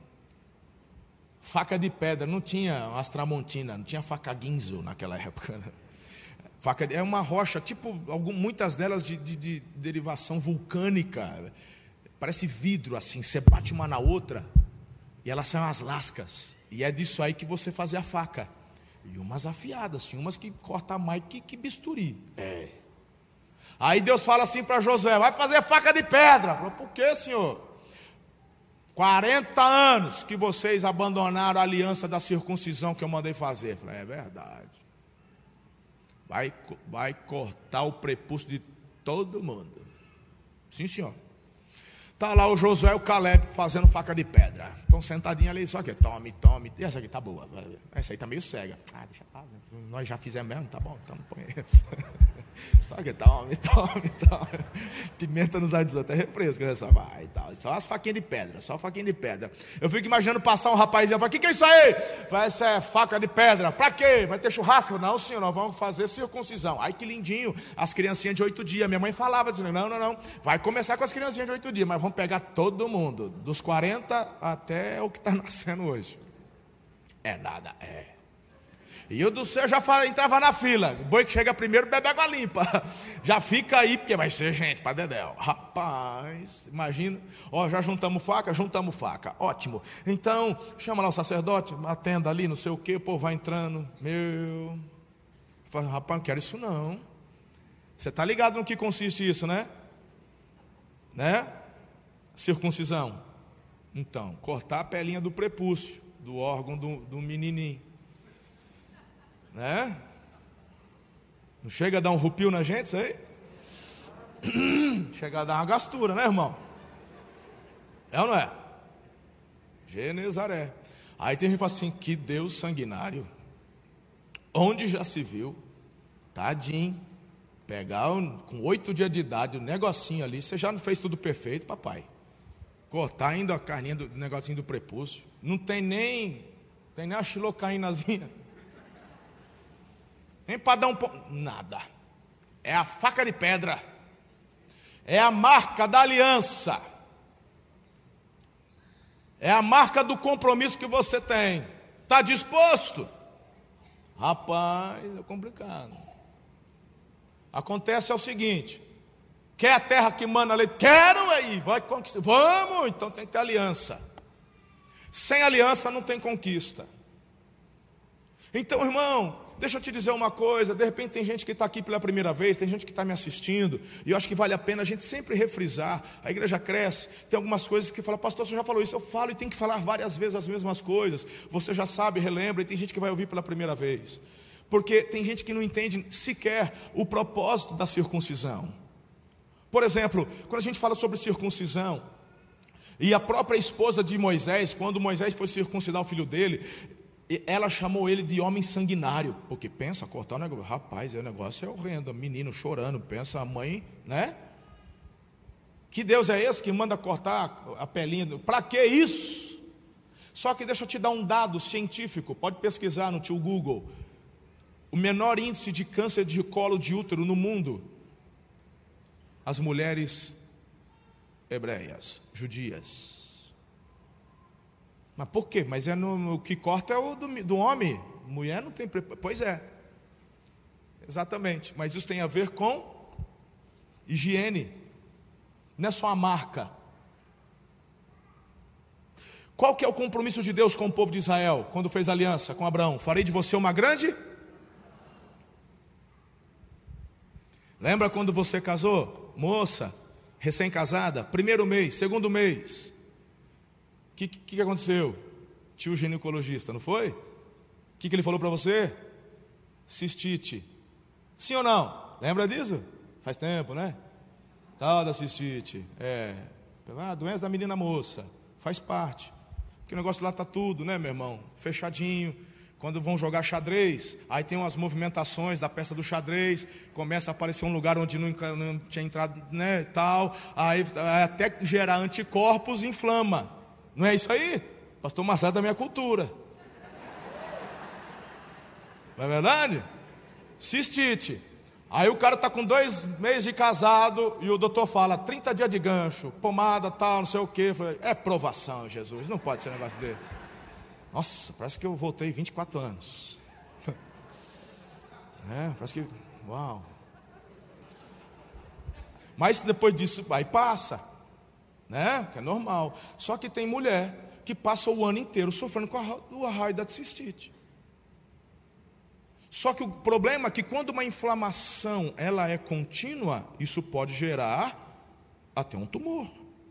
faca de pedra, não tinha umas tramontina, não tinha faca guinzo naquela época, né? Faca é uma rocha, tipo, muitas delas de derivação vulcânica, parece vidro assim, você bate uma na outra e elas são as lascas, e é disso aí que você fazia a faca. E umas afiadas, tinha umas que cortam mais que bisturi. Aí Deus fala assim para Josué: vai fazer faca de pedra. Falou: por que, Senhor? 40 anos que vocês abandonaram a aliança da circuncisão que eu mandei fazer. Falei: é verdade. Vai cortar o prepúcio de todo mundo. Sim, senhor. Está lá o Josué e o Caleb fazendo faca de pedra. Estão sentadinhos ali, só que tome. E essa aqui tá boa. Essa aí tá meio cega. Deixa lá. Nós já fizemos mesmo, tá bom. Então põe aí. Só que tome. Pimenta nos olhos dos outros, é refresco, né? Só vai e tal. Só as faquinhas de pedra, só faquinha de pedra. Eu fico imaginando passar um rapazinho e falar: o que é isso aí? Vai ser faca de pedra. Pra quê? Vai ter churrasco? Não, senhor, nós vamos fazer circuncisão. Ai, que lindinho. As criancinhas de 8 dias. Minha mãe falava, dizendo: não. Vai começar com as criancinhas de 8 dias, mas vamos pegar todo mundo, dos 40 até o que está nascendo hoje. É nada, é. E eu do céu já entrava na fila. O boi que chega primeiro bebe água limpa. Já fica aí, porque vai ser gente para dedéu. Rapaz, imagina. Ó, já juntamos faca. Ótimo. Então, chama lá o sacerdote, atenda ali, não sei o que. O povo vai entrando. Rapaz, não quero isso não. Você está ligado no que consiste isso, né? Circuncisão. Então, cortar a pelinha do prepúcio, do órgão do menininho. Né? Não chega a dar um rupio na gente, isso aí? Chega a dar uma gastura, né, irmão? É ou não é? Genezaré. Aí tem gente que fala assim: que Deus sanguinário. Onde já se viu? Tadinho. Pegar com 8 dias de idade, o negocinho ali. Você já não fez tudo perfeito, papai? Cortar ainda a carninha do negocinho do prepúcio. Não tem nem a xilocaínazinha. Nem para dar nada. É a faca de pedra. É a marca da aliança. É a marca do compromisso que você tem. Está disposto? Rapaz, é complicado. Acontece é o seguinte: quer a terra que mana leite? Quero aí, vai conquistar. Vamos, então tem que ter aliança. Sem aliança não tem conquista. Então, irmão, deixa eu te dizer uma coisa. De repente tem gente que está aqui pela primeira vez, tem gente que está me assistindo, e eu acho que vale a pena a gente sempre refrisar. A igreja cresce, tem algumas coisas que fala: pastor, você já falou isso. Eu falo e tem que falar várias vezes as mesmas coisas. Você já sabe, relembra, e tem gente que vai ouvir pela primeira vez. Porque tem gente que não entende sequer o propósito da circuncisão. Por exemplo, quando a gente fala sobre circuncisão, e a própria esposa de Moisés, quando Moisés foi circuncidar o filho dele, ela chamou ele de homem sanguinário. Porque pensa, cortar o negócio. Rapaz, o negócio é horrendo. Menino chorando, pensa a mãe, né? Que Deus é esse que manda cortar a pelinha? Para que isso? Só que deixa eu te dar um dado científico. Pode pesquisar no tio Google. O menor índice de câncer de colo de útero no mundo, as mulheres hebreias, judias. Mas por quê? Mas o que corta é o do homem. Mulher não tem. Pois é. Exatamente, mas isso tem a ver com higiene, não é só a marca. Qual que é o compromisso de Deus com o povo de Israel, quando fez aliança com Abraão? Farei de você uma grande... Lembra quando você casou? Moça, recém-casada, primeiro mês, segundo mês. O que aconteceu? Tio ginecologista, não foi? O que ele falou para você? Cistite. Sim ou não? Lembra disso? Faz tempo, né? Tal da cistite. Doença da menina moça. Faz parte. Porque o negócio lá está tudo, né, meu irmão? Fechadinho. Quando vão jogar xadrez, aí tem umas movimentações da peça do xadrez, começa a aparecer um lugar onde não tinha entrado, né, tal, aí até gerar anticorpos, inflama. Não é isso aí? Pastor Marcelo é da minha cultura. Não é verdade? Cistite. Aí o cara está com 2 meses de casado e o doutor fala, 30 dias de gancho, pomada, tal, não sei o quê. Eu falei, é provação, Jesus, não pode ser um negócio desse. Nossa, parece que eu voltei 24 anos. Parece que... Uau. Mas depois disso, aí passa, né? Que é normal. Só que tem mulher que passa o ano inteiro sofrendo com a raio da cistite. Só que o problema é que quando uma inflamação ela é contínua, isso pode gerar até um tumor.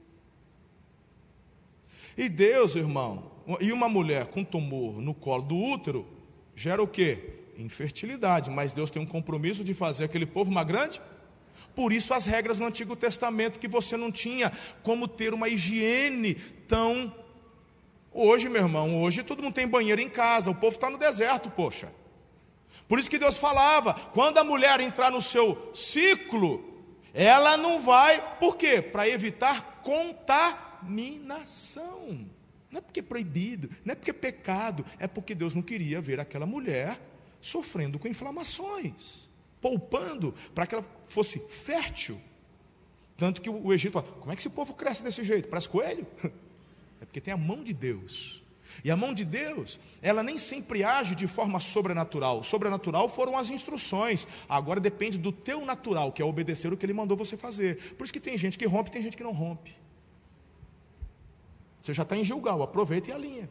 E Deus, irmão, e uma mulher com tumor no colo do útero, gera o quê? Infertilidade. Mas Deus tem um compromisso de fazer aquele povo uma grande... Por isso as regras no Antigo Testamento, que você não tinha como ter uma higiene tão... Hoje, meu irmão, hoje todo mundo tem banheiro em casa, o povo está no deserto, poxa. Por isso que Deus falava, quando a mulher entrar no seu ciclo, ela não vai... Por quê? Para evitar contaminação. Não é porque é proibido, não é porque é pecado, é porque Deus não queria ver aquela mulher sofrendo com inflamações, poupando para que ela fosse fértil. Tanto que o Egito fala, como é que esse povo cresce desse jeito? Parece coelho? É porque tem a mão de Deus. E a mão de Deus, ela nem sempre age de forma sobrenatural. O sobrenatural foram as instruções. Agora depende do teu natural, que é obedecer o que Ele mandou você fazer. Por isso que tem gente que rompe, tem gente que não rompe. Você já está em Gilgal, aproveita e alinha.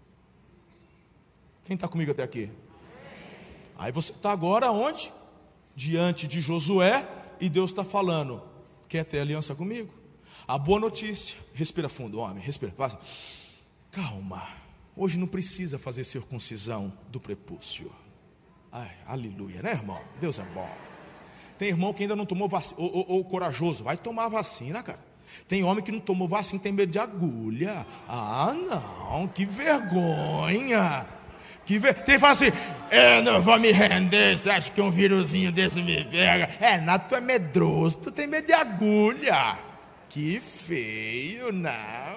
Quem está comigo até aqui? Aí você está agora onde? Diante de Josué, e Deus está falando, quer ter aliança comigo? A boa notícia, respira fundo, homem, respira, vai. Calma, hoje não precisa fazer circuncisão do prepúcio. Ai, aleluia, né, irmão? Deus é bom. Tem irmão que ainda não tomou vacina, ou corajoso, vai tomar vacina, cara. Tem homem que não tomou vacina, tem medo de agulha. Ah, não, que vergonha. Tem que falar assim, eu não vou me render, você acha que um vírusinho desse me pega? Nada, tu é medroso, tu tem medo de agulha. Que feio, não.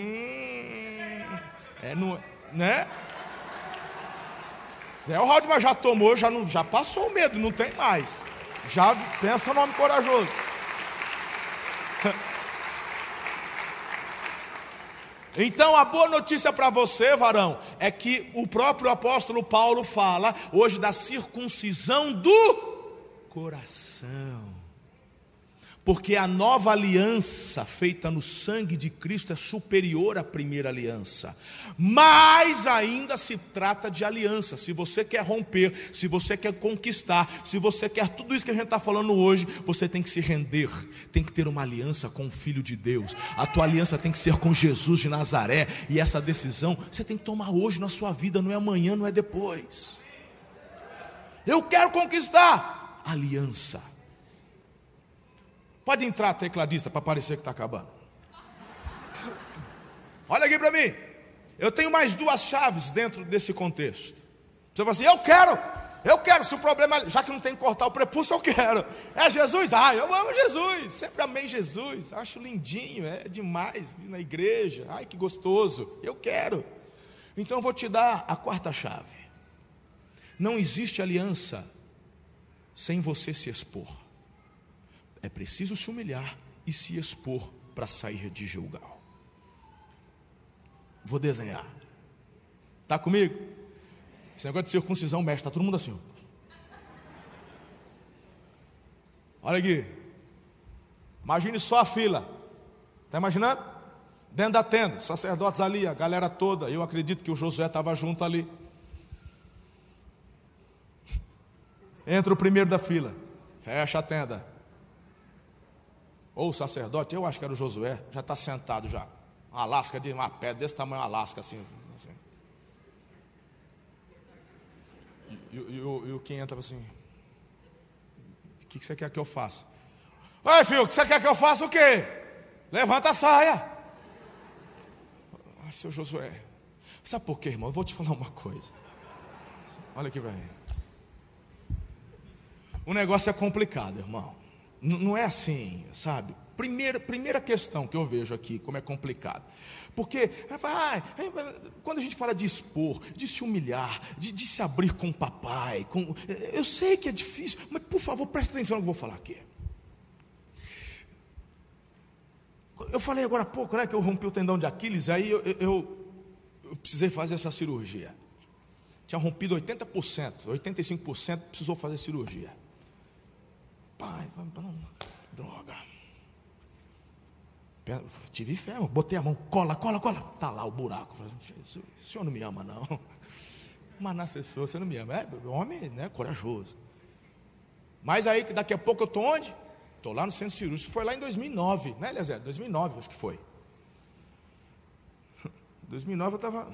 Não, né? O Waldemar já tomou, já passou o medo, não tem mais. Já pensa no homem corajoso. Então a boa notícia para você, varão, é que o próprio apóstolo Paulo fala hoje da circuncisão do coração. Porque a nova aliança feita no sangue de Cristo é superior à primeira aliança. Mas ainda se trata de aliança. Se você quer romper, se você quer conquistar, se você quer tudo isso que a gente está falando hoje, você tem que se render. Tem que ter uma aliança com o Filho de Deus. A tua aliança tem que ser com Jesus de Nazaré. E essa decisão você tem que tomar hoje na sua vida. Não é amanhã, não é depois. Eu quero conquistar aliança. Pode entrar, tecladista, para parecer que está acabando. Olha aqui para mim. Eu tenho mais 2 chaves dentro desse contexto. Você fala assim, eu quero, se o problema, já que não tem que cortar o prepúcio, eu quero. É Jesus? Eu amo Jesus, sempre amei Jesus, acho lindinho, é demais vir na igreja, ai que gostoso, eu quero. Então eu vou te dar a 4ª chave. Não existe aliança sem você se expor. É preciso se humilhar e se expor para sair de Gilgal. Vou desenhar. Está comigo? Esse negócio de circuncisão, mestre, está todo mundo assim. Olha aqui. Imagine só a fila. Está imaginando? Dentro da tenda, os sacerdotes ali, a galera toda. Eu acredito que o Josué estava junto ali. Entra o primeiro da fila. Fecha a tenda. Ou o sacerdote, eu acho que era o Josué, já está sentado já. Uma lasca de uma pedra desse tamanho, uma lasca assim. E o que entra assim: o que você quer que eu faça? Oi, filho, o que você quer que eu faça o quê? Levanta a saia. Ai, seu Josué. Sabe por quê, irmão? Eu vou te falar uma coisa. Olha aqui pra mim. O negócio é complicado, irmão. Não é assim, sabe? Primeira questão que eu vejo aqui, como é complicado. Porque quando a gente fala de expor, de se humilhar, de se abrir com o papai, eu sei que é difícil, mas por favor, preste atenção no que eu vou falar aqui. Eu falei agora há pouco, né, que eu rompi o tendão de Aquiles, aí eu precisei fazer essa cirurgia. Tinha rompido 80%, 85% precisou fazer cirurgia. Pai, droga. Tive fé, botei a mão, cola. Está lá o buraco. Falei, o senhor não me ama, não. Mas na assessora, você não me ama. Homem, né, corajoso. Mas aí, daqui a pouco eu estou onde? Estou lá no centro cirúrgico. Isso foi lá em 2009, né, Eliezer? 2009, acho que foi. 2009 eu estava...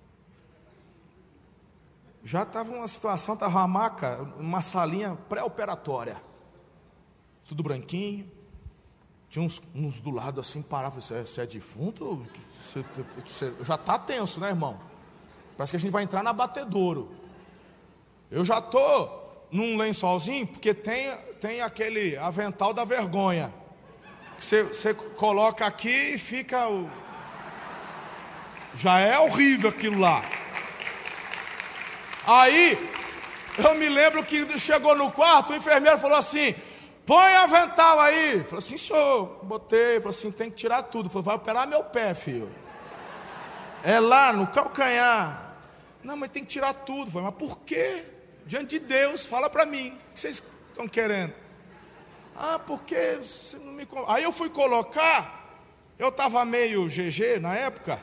Já estava uma situação, estava uma maca, uma salinha pré-operatória. Tudo branquinho. Tinha uns do lado assim, paravam. Você é defunto? Você já está tenso, né, irmão? Parece que a gente vai entrar na batedouro. Eu já estou num lençolzinho, porque tem aquele avental da vergonha. Você coloca aqui e fica... Já é horrível aquilo lá. Aí, eu me lembro que chegou no quarto, o enfermeiro falou assim: põe avental aí. Falei assim, senhor, botei. Falei assim, tem que tirar tudo. Falei, vai operar meu pé, filho. É lá no calcanhar. Não, mas tem que tirar tudo. Falei, mas por quê? Diante de Deus, fala para mim. O que vocês estão querendo? Ah, porque você não me... Aí eu fui colocar. Eu estava meio GG na época.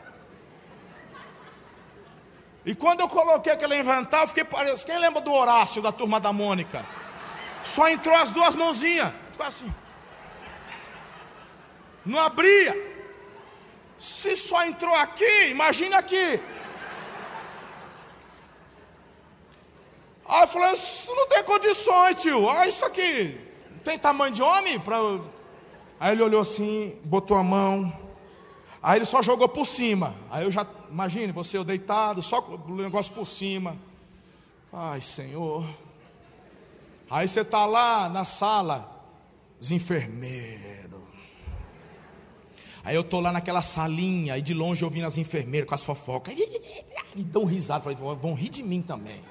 E quando eu coloquei aquele avental, eu fiquei parecendo... Quem lembra do Horácio, da Turma da Mônica? Só entrou as duas mãozinhas. Ficou assim. Não abria. Se só entrou aqui, imagina aqui. Aí eu falei, isso não tem condições, tio. Olha isso aqui. Não tem tamanho de homem? Aí ele olhou assim, botou a mão. Aí ele só jogou por cima. Aí eu já, imagine, você eu deitado, só o negócio por cima. Ai, Senhor. Aí você está lá na sala, os enfermeiros. Aí eu estou lá naquela salinha, e de longe ouvindo as enfermeiras com as fofocas. E dão risada. Falei, vão rir de mim também.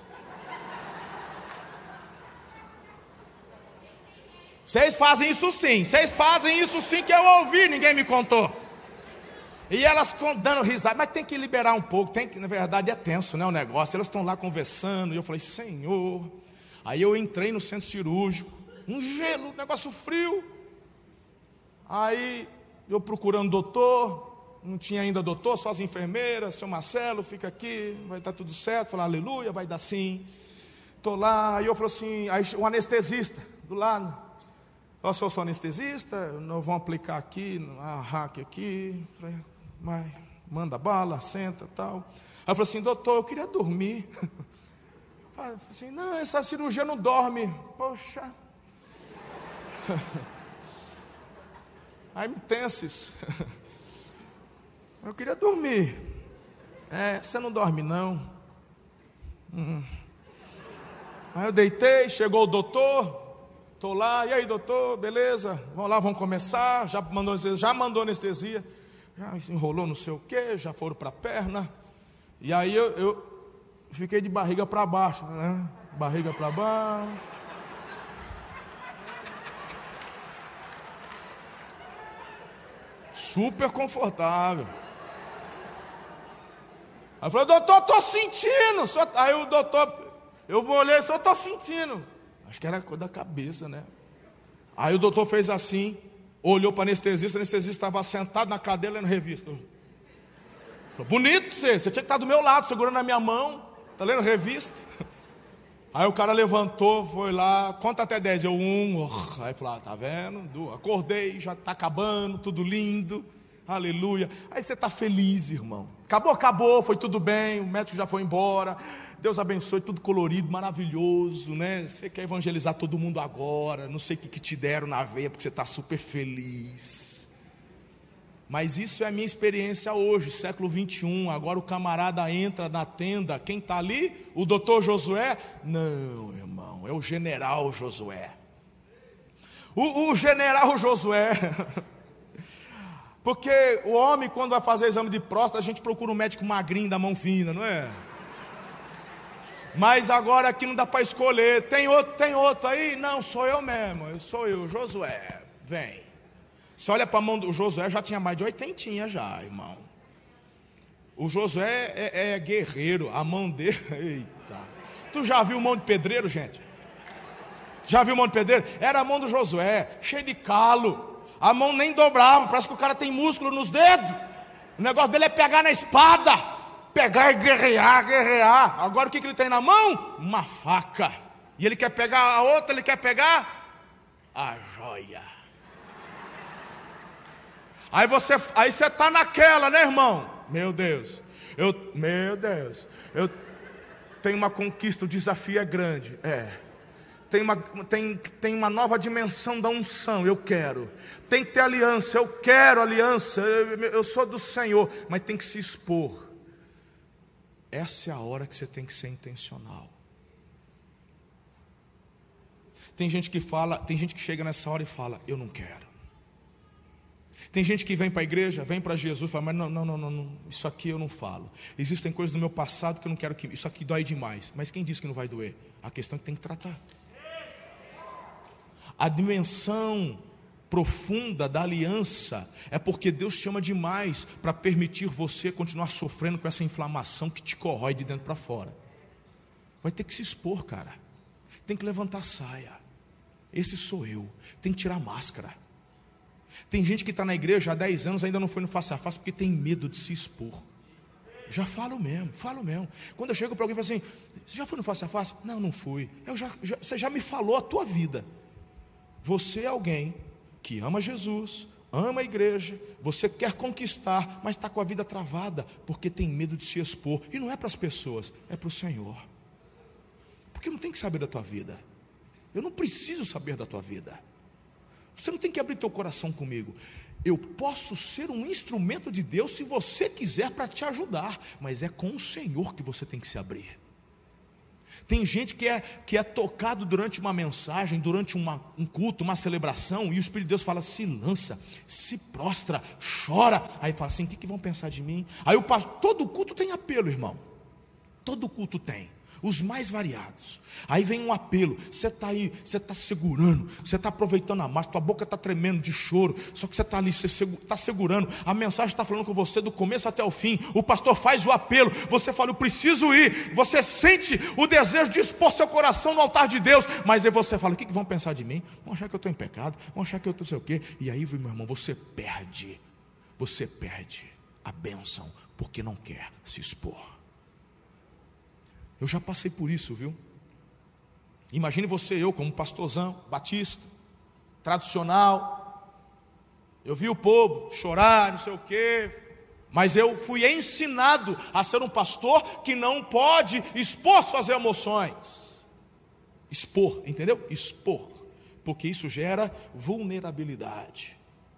Vocês fazem isso sim que eu ouvi, ninguém me contou. E elas dando risada, mas tem que liberar um pouco, na verdade é tenso, né, o negócio. Elas estão lá conversando, e eu falei, Senhor. Aí eu entrei no centro cirúrgico, um gelo, um negócio frio. Aí eu procurando doutor, não tinha ainda doutor, só as enfermeiras. Seu Marcelo, fica aqui, vai dar tudo certo. Falei, aleluia, vai dar sim. Estou lá, aí eu falei assim, aí o anestesista do lado. Eu sou anestesista, não vão aplicar aqui, a hack aqui. Falei, mas manda bala, senta e tal. Aí eu falei assim, doutor, eu queria dormir. Falei assim, não, essa cirurgia não dorme. Poxa. Aí me tenses. Eu queria dormir. Você não dorme não. Aí eu deitei, chegou o doutor. Estou lá, e aí doutor, beleza? Vamos lá, vamos começar. Já mandou anestesia. Já enrolou não sei o que, já foram para a perna. E aí eu fiquei de barriga para baixo, né? Barriga para baixo. Super confortável. Aí eu falei, doutor, estou sentindo. Aí o doutor, eu olhei, só estou sentindo. Acho que era coisa da cabeça, né? Aí o doutor fez assim, olhou para o anestesista estava sentado na cadeira lendo revista. Falou, bonito você tinha que estar do meu lado, segurando a minha mão, está lendo revista. Aí o cara levantou, foi lá, conta até 10, eu 1, aí falou, tá vendo? Acordei, já está acabando, tudo lindo, aleluia. Aí você está feliz, irmão. Acabou, foi tudo bem, o médico já foi embora, Deus abençoe, tudo colorido, maravilhoso, né? Você quer evangelizar todo mundo agora, não sei o que te deram na veia, porque você está super feliz. Mas isso é a minha experiência hoje, século 21, agora o camarada entra na tenda, quem está ali? O doutor Josué? Não, irmão, é o general Josué. O general Josué, porque o homem quando vai fazer exame de próstata, a gente procura um médico magrinho da mão fina, não é? Mas agora aqui não dá para escolher, tem outro aí? Não, sou eu mesmo, sou eu, Josué, vem. Você olha para a mão do Josué, já tinha mais de 80 já, irmão. O Josué é guerreiro, a mão dele, eita. Tu já viu mão de pedreiro, gente? Já viu mão de pedreiro? Era a mão do Josué, cheia de calo. A mão nem dobrava, parece que o cara tem músculo nos dedos. O negócio dele é pegar na espada, pegar e guerrear. Agora o que ele tem na mão? Uma faca. E ele quer pegar a outra, ele quer pegar a joia. Aí você está naquela, né, irmão? Meu Deus, eu tenho uma conquista, o desafio é grande. Tem uma nova dimensão da unção, eu quero. Tem que ter aliança, eu quero aliança, eu sou do Senhor, mas tem que se expor. Essa é a hora que você tem que ser intencional. Tem gente que chega nessa hora e fala, eu não quero. Tem gente que vem para a igreja, vem para Jesus e fala, mas não, isso aqui eu não falo. Existem coisas do meu passado que eu não quero que... Isso aqui dói demais. Mas quem disse que não vai doer? A questão é que tem que tratar. A dimensão profunda da aliança é porque Deus te ama demais para permitir você continuar sofrendo com essa inflamação que te corrói de dentro para fora. Vai ter que se expor, cara. Tem que levantar a saia. Esse sou eu. Tem que tirar a máscara. Tem gente que está na igreja há 10 anos, ainda não foi no face a face, porque tem medo de se expor. Já falo mesmo. Quando eu chego para alguém e falo assim, você já foi no face a face? Não fui. Você já me falou a tua vida. Você é alguém que ama Jesus, ama a igreja, você quer conquistar, mas está com a vida travada, porque tem medo de se expor. E não é para as pessoas, é para o Senhor. Porque não tem que saber da tua vida. Eu não preciso saber da tua vida. Você não tem que abrir teu coração comigo. Eu posso ser um instrumento de Deus se você quiser para te ajudar, mas é com o Senhor que você tem que se abrir. Tem gente que é tocado durante uma mensagem, durante um culto, uma celebração, e o Espírito de Deus fala, se lança, se prostra, chora. Aí fala assim, o que vão pensar de mim? Aí o pastor, todo culto tem apelo, irmão. Todo culto tem. Os mais variados. Aí vem um apelo, você está aí, você está segurando, você está aproveitando a marcha, tua boca está tremendo de choro, só que você está ali, você está segurando, a mensagem está falando com você do começo até o fim, o pastor faz o apelo, você fala, eu preciso ir, você sente o desejo de expor seu coração no altar de Deus, mas aí você fala, o que vão pensar de mim? Vão achar que eu estou em pecado, vão achar que eu estou não sei o quê, e aí, meu irmão, você perde a bênção, porque não quer se expor. Eu já passei por isso, viu? Imagine você, eu como pastorzão, batista, tradicional. Eu vi o povo chorar, não sei o quê. Mas eu fui ensinado a ser um pastor que não pode expor suas emoções. Expor, entendeu? Expor. Porque isso gera vulnerabilidade.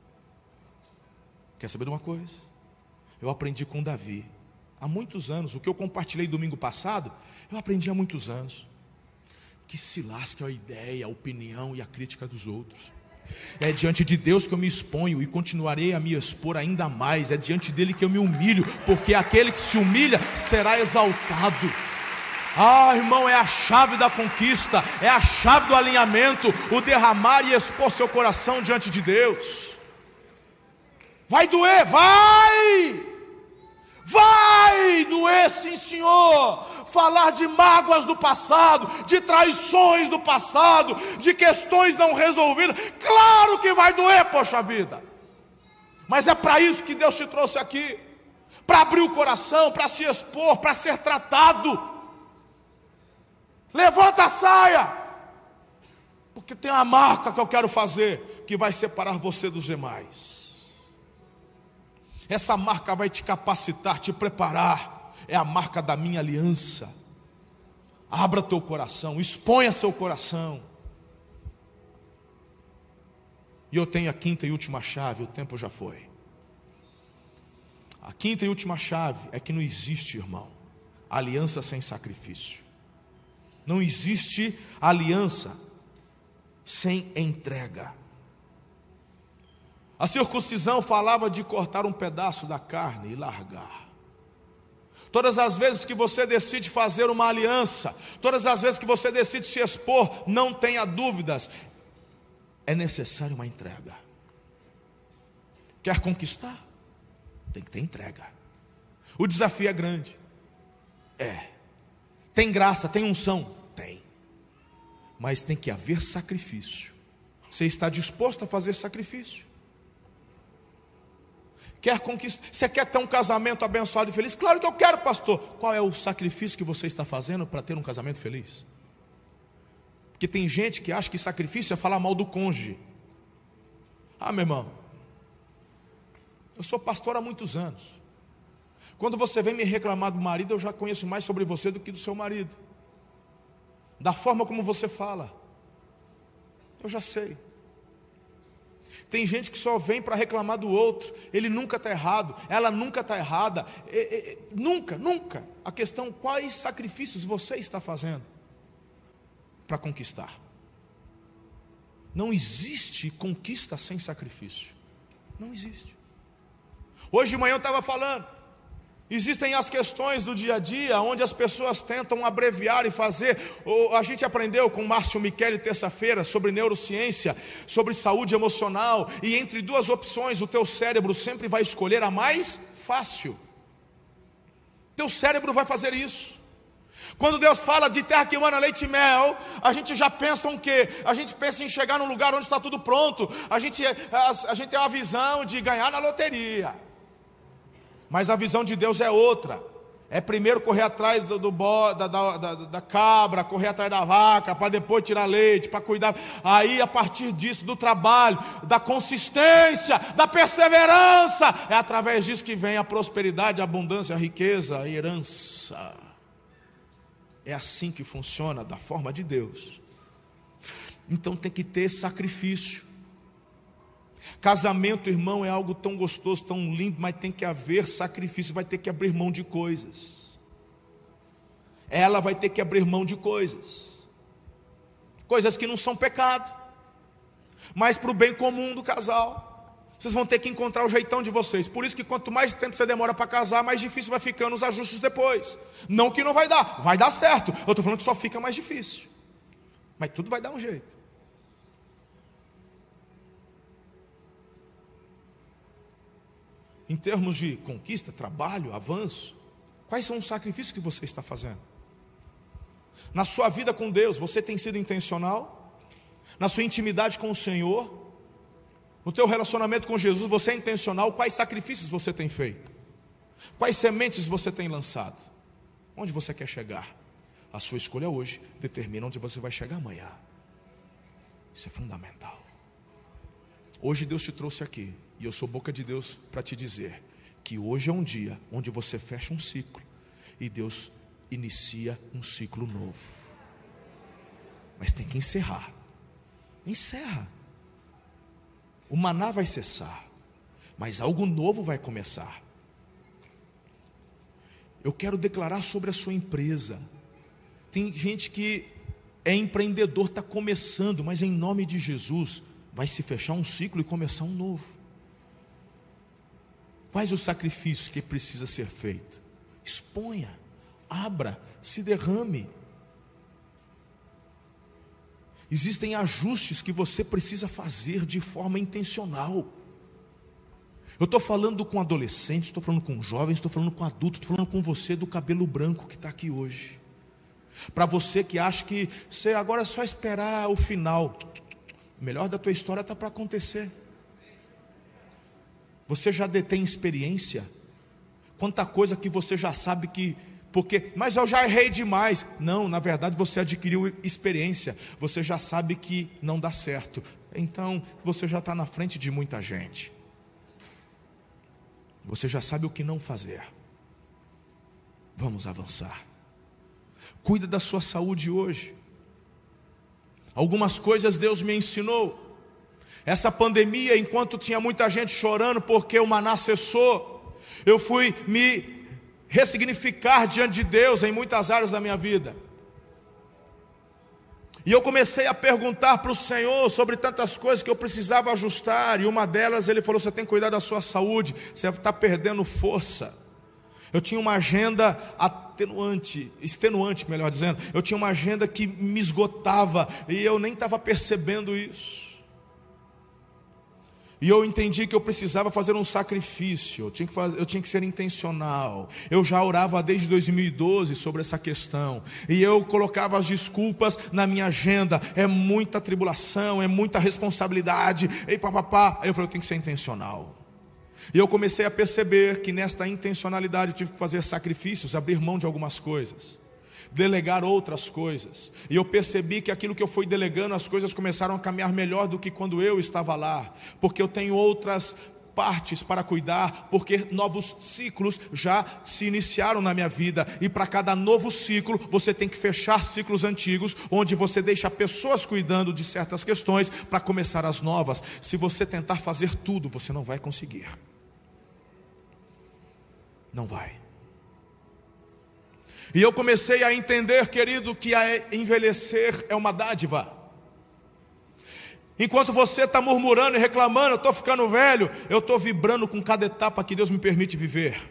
Quer saber de uma coisa? Eu aprendi com Davi. Há muitos anos, o que eu compartilhei domingo passado, eu aprendi há muitos anos. Que se lasque a ideia, a opinião e a crítica dos outros. É diante de Deus que eu me exponho e continuarei a me expor ainda mais. É diante dele que eu me humilho, porque aquele que se humilha será exaltado. Ah, irmão, é a chave da conquista, é a chave do alinhamento, o derramar e expor seu coração diante de Deus. Vai doer, vai! Vai doer, sim, Senhor. Falar de mágoas do passado, de traições do passado, de questões não resolvidas. Claro que vai doer, poxa vida. Mas é para isso que Deus te trouxe aqui. Para abrir o coração, para se expor, para ser tratado. Levanta a saia. Porque tem uma marca que eu quero fazer, que vai separar você dos demais. Essa marca vai te capacitar, te preparar. É a marca da minha aliança. Abra teu coração, exponha seu coração. E eu tenho a quinta e última chave, o tempo já foi. A quinta e última chave é que não existe, irmão, aliança sem sacrifício. Não existe aliança sem entrega. A circuncisão falava de cortar um pedaço da carne e largar. Todas as vezes que você decide fazer uma aliança, todas as vezes que você decide se expor, não tenha dúvidas, é necessário uma entrega. Quer conquistar? Tem que ter entrega. O desafio é grande. Tem graça, tem unção? Tem. Mas tem que haver sacrifício. Você está disposto a fazer sacrifício? Quer conquistar? Você quer ter um casamento abençoado e feliz? Claro que eu quero, pastor. Qual é o sacrifício que você está fazendo para ter um casamento feliz? Porque tem gente que acha que sacrifício é falar mal do cônjuge. Meu irmão, eu sou pastor há muitos anos. Quando você vem me reclamar do marido, eu já conheço mais sobre você do que do seu marido. Da forma como você fala, eu já sei. Tem gente que só vem para reclamar do outro. Ele nunca está errado, ela nunca está errada. Nunca. A questão, quais sacrifícios você está fazendo para conquistar? Não existe conquista sem sacrifício. Não existe. Hoje de manhã eu estava falando, existem as questões do dia a dia, onde as pessoas tentam abreviar e fazer. A gente aprendeu com o Márcio Michele terça-feira sobre neurociência, sobre saúde emocional, e entre duas opções, o teu cérebro sempre vai escolher a mais fácil. Teu cérebro vai fazer isso. Quando Deus fala de terra que emana leite e mel, a gente já pensa o quê? A gente pensa em chegar num lugar onde está tudo pronto. A gente tem uma visão de ganhar na loteria. Mas a visão de Deus é outra. É primeiro correr atrás da cabra, correr atrás da vaca, para depois tirar leite, para cuidar. Aí a partir disso, do trabalho, da consistência, da perseverança, é através disso que vem a prosperidade, a abundância, a riqueza, a herança. É assim que funciona, da forma de Deus. Então tem que ter sacrifício. Casamento, irmão, é algo tão gostoso, tão lindo, mas tem que haver sacrifício, vai ter que abrir mão de coisas. Ela vai ter que abrir mão de coisas. Coisas que não são pecado, mas para o bem comum do casal. Vocês vão ter que encontrar o jeitão de vocês. Por isso que quanto mais tempo você demora para casar, mais difícil vai ficando os ajustes depois. Não que não vai dar certo. Eu estou falando que só fica mais difícil. Mas tudo vai dar um jeito. Em termos de conquista, trabalho, avanço, quais são os sacrifícios que você está fazendo? Na sua vida com Deus, você tem sido intencional? Na sua intimidade com o Senhor? No teu relacionamento com Jesus, você é intencional? Quais sacrifícios você tem feito? Quais sementes você tem lançado? Onde você quer chegar? A sua escolha hoje determina onde você vai chegar amanhã. Isso é fundamental. Hoje Deus te trouxe aqui, e eu sou boca de Deus para te dizer que hoje é um dia onde você fecha um ciclo e Deus inicia um ciclo novo. Mas tem que encerrar. Encerra. O maná vai cessar, mas algo novo vai começar. Eu quero declarar sobre a sua empresa. Tem gente que é empreendedor, está começando, mas em nome de Jesus vai se fechar um ciclo e começar um novo. Quais os sacrifícios que precisa ser feito? Exponha, abra, se derrame. Existem ajustes que você precisa fazer de forma intencional. Eu estou falando com adolescentes, estou falando com jovens, estou falando com adultos, estou falando com você do cabelo branco que está aqui hoje. Para você que acha que você agora é só esperar o final. O melhor da tua história está para acontecer. Você já detém experiência? Quanta coisa que você já sabe que... mas eu já errei demais. Não, na verdade você adquiriu experiência. Você já sabe que não dá certo. Então você já está na frente de muita gente. Você já sabe o que não fazer. Vamos avançar. Cuida da sua saúde hoje. Algumas coisas Deus me ensinou. Essa pandemia, enquanto tinha muita gente chorando porque o maná cessou, eu fui me ressignificar diante de Deus em muitas áreas da minha vida. E eu comecei a perguntar para o Senhor sobre tantas coisas que eu precisava ajustar. E uma delas Ele falou: você tem que cuidar da sua saúde, você está perdendo força. Eu tinha uma agenda extenuante, melhor dizendo. Eu tinha uma agenda que me esgotava e eu nem estava percebendo isso. E eu entendi que eu precisava fazer um sacrifício, eu tinha que ser intencional. Eu já orava desde 2012 sobre essa questão. E eu colocava as desculpas na minha agenda. É muita tribulação, é muita responsabilidade. Aí eu falei: eu tenho que ser intencional. E eu comecei a perceber que nesta intencionalidade eu tive que fazer sacrifícios, abrir mão de algumas coisas, delegar outras coisas. E eu percebi que aquilo que eu fui delegando, as coisas começaram a caminhar melhor do que quando eu estava lá, porque eu tenho outras partes para cuidar, porque novos ciclos já se iniciaram na minha vida, e para cada novo ciclo você tem que fechar ciclos antigos, onde você deixa pessoas cuidando de certas questões para começar as novas. Se você tentar fazer tudo, você não vai conseguir. Não vai. E eu comecei a entender, querido, que envelhecer é uma dádiva. Enquanto você está murmurando e reclamando: eu estou ficando velho, eu estou vibrando com cada etapa que Deus me permite viver.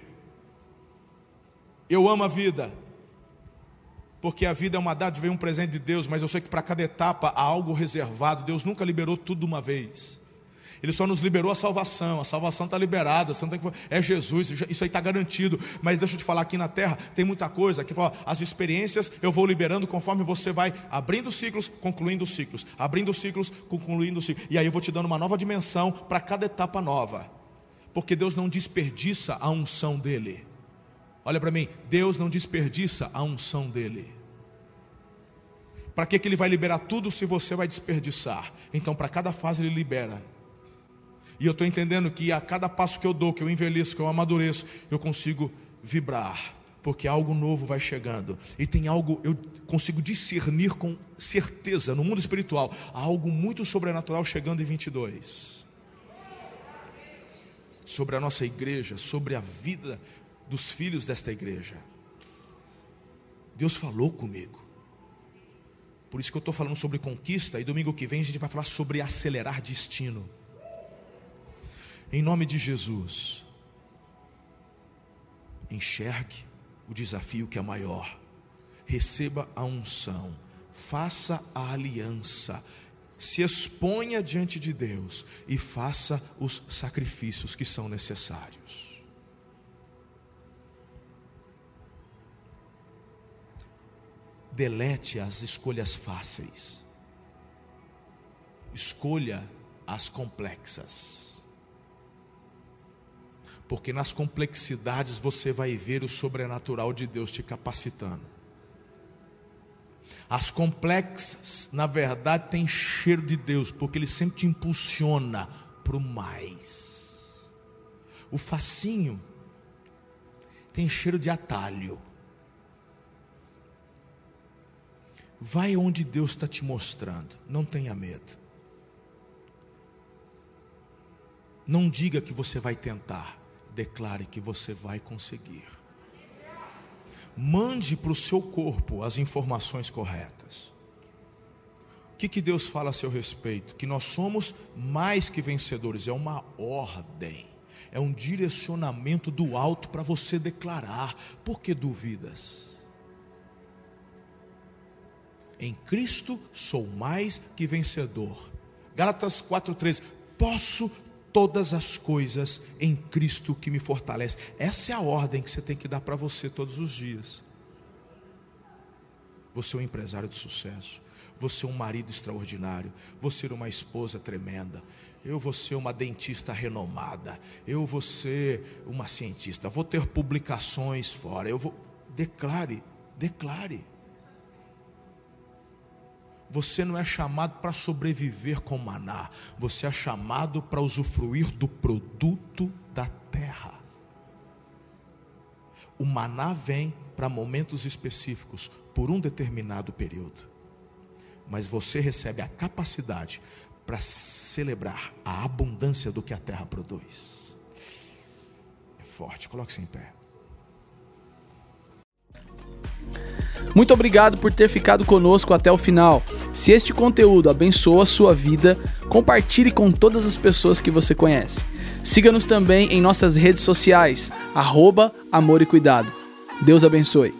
Eu amo a vida, porque a vida é uma dádiva e um presente de Deus, mas eu sei que para cada etapa há algo reservado. Deus nunca liberou tudo de uma vez. Ele só nos liberou a salvação está liberada, você não tem que... é Jesus, isso aí está garantido. Mas deixa eu te falar, aqui na terra tem muita coisa que fala, as experiências eu vou liberando conforme você vai abrindo ciclos, concluindo ciclos, abrindo ciclos, concluindo ciclos. E aí eu vou te dando uma nova dimensão para cada etapa nova, porque Deus não desperdiça a unção dele. Olha para mim, Deus não desperdiça a unção dele. Para que Ele vai liberar tudo se você vai desperdiçar? Então para cada fase Ele libera. E eu estou entendendo que a cada passo que eu dou, que eu envelheço, que eu amadureço, eu consigo vibrar, porque algo novo vai chegando. E tem algo, eu consigo discernir com certeza, no mundo espiritual, há algo muito sobrenatural chegando em 22. Sobre a nossa igreja, sobre a vida dos filhos desta igreja. Deus falou comigo. Por isso que eu estou falando sobre conquista, e domingo que vem a gente vai falar sobre acelerar destino. Em nome de Jesus, enxergue o desafio que é maior, receba a unção, faça a aliança, se exponha diante de Deus e faça os sacrifícios que são necessários. Delete as escolhas fáceis, escolha as complexas. Porque nas complexidades você vai ver o sobrenatural de Deus te capacitando. As complexas, na verdade, têm cheiro de Deus, porque Ele sempre te impulsiona para o mais. O facinho tem cheiro de atalho. Vai onde Deus está te mostrando, não tenha medo. Não diga que você vai tentar. Declare que você vai conseguir. Mande para o seu corpo as informações corretas. O que Deus fala a seu respeito? Que nós somos mais que vencedores. É uma ordem, é um direcionamento do alto para você declarar. Por que duvidas? Em Cristo sou mais que vencedor. Gálatas 4:13. Posso todas as coisas em Cristo que me fortalece. Essa é a ordem que você tem que dar para você todos os dias. Você é um empresário de sucesso, você é um marido extraordinário, você é uma esposa tremenda, eu vou ser uma dentista renomada, eu vou ser uma cientista, vou ter publicações fora, declare. Você não é chamado para sobreviver com maná, você é chamado para usufruir do produto da terra. O maná vem para momentos específicos, por um determinado período, mas você recebe a capacidade para celebrar a abundância do que a terra produz. É forte, coloque-se em pé. Muito obrigado por ter ficado conosco até o final. Se este conteúdo abençoou a sua vida, compartilhe com todas as pessoas que você conhece. Siga-nos também em nossas redes sociais, @Amor e Cuidado. Deus abençoe.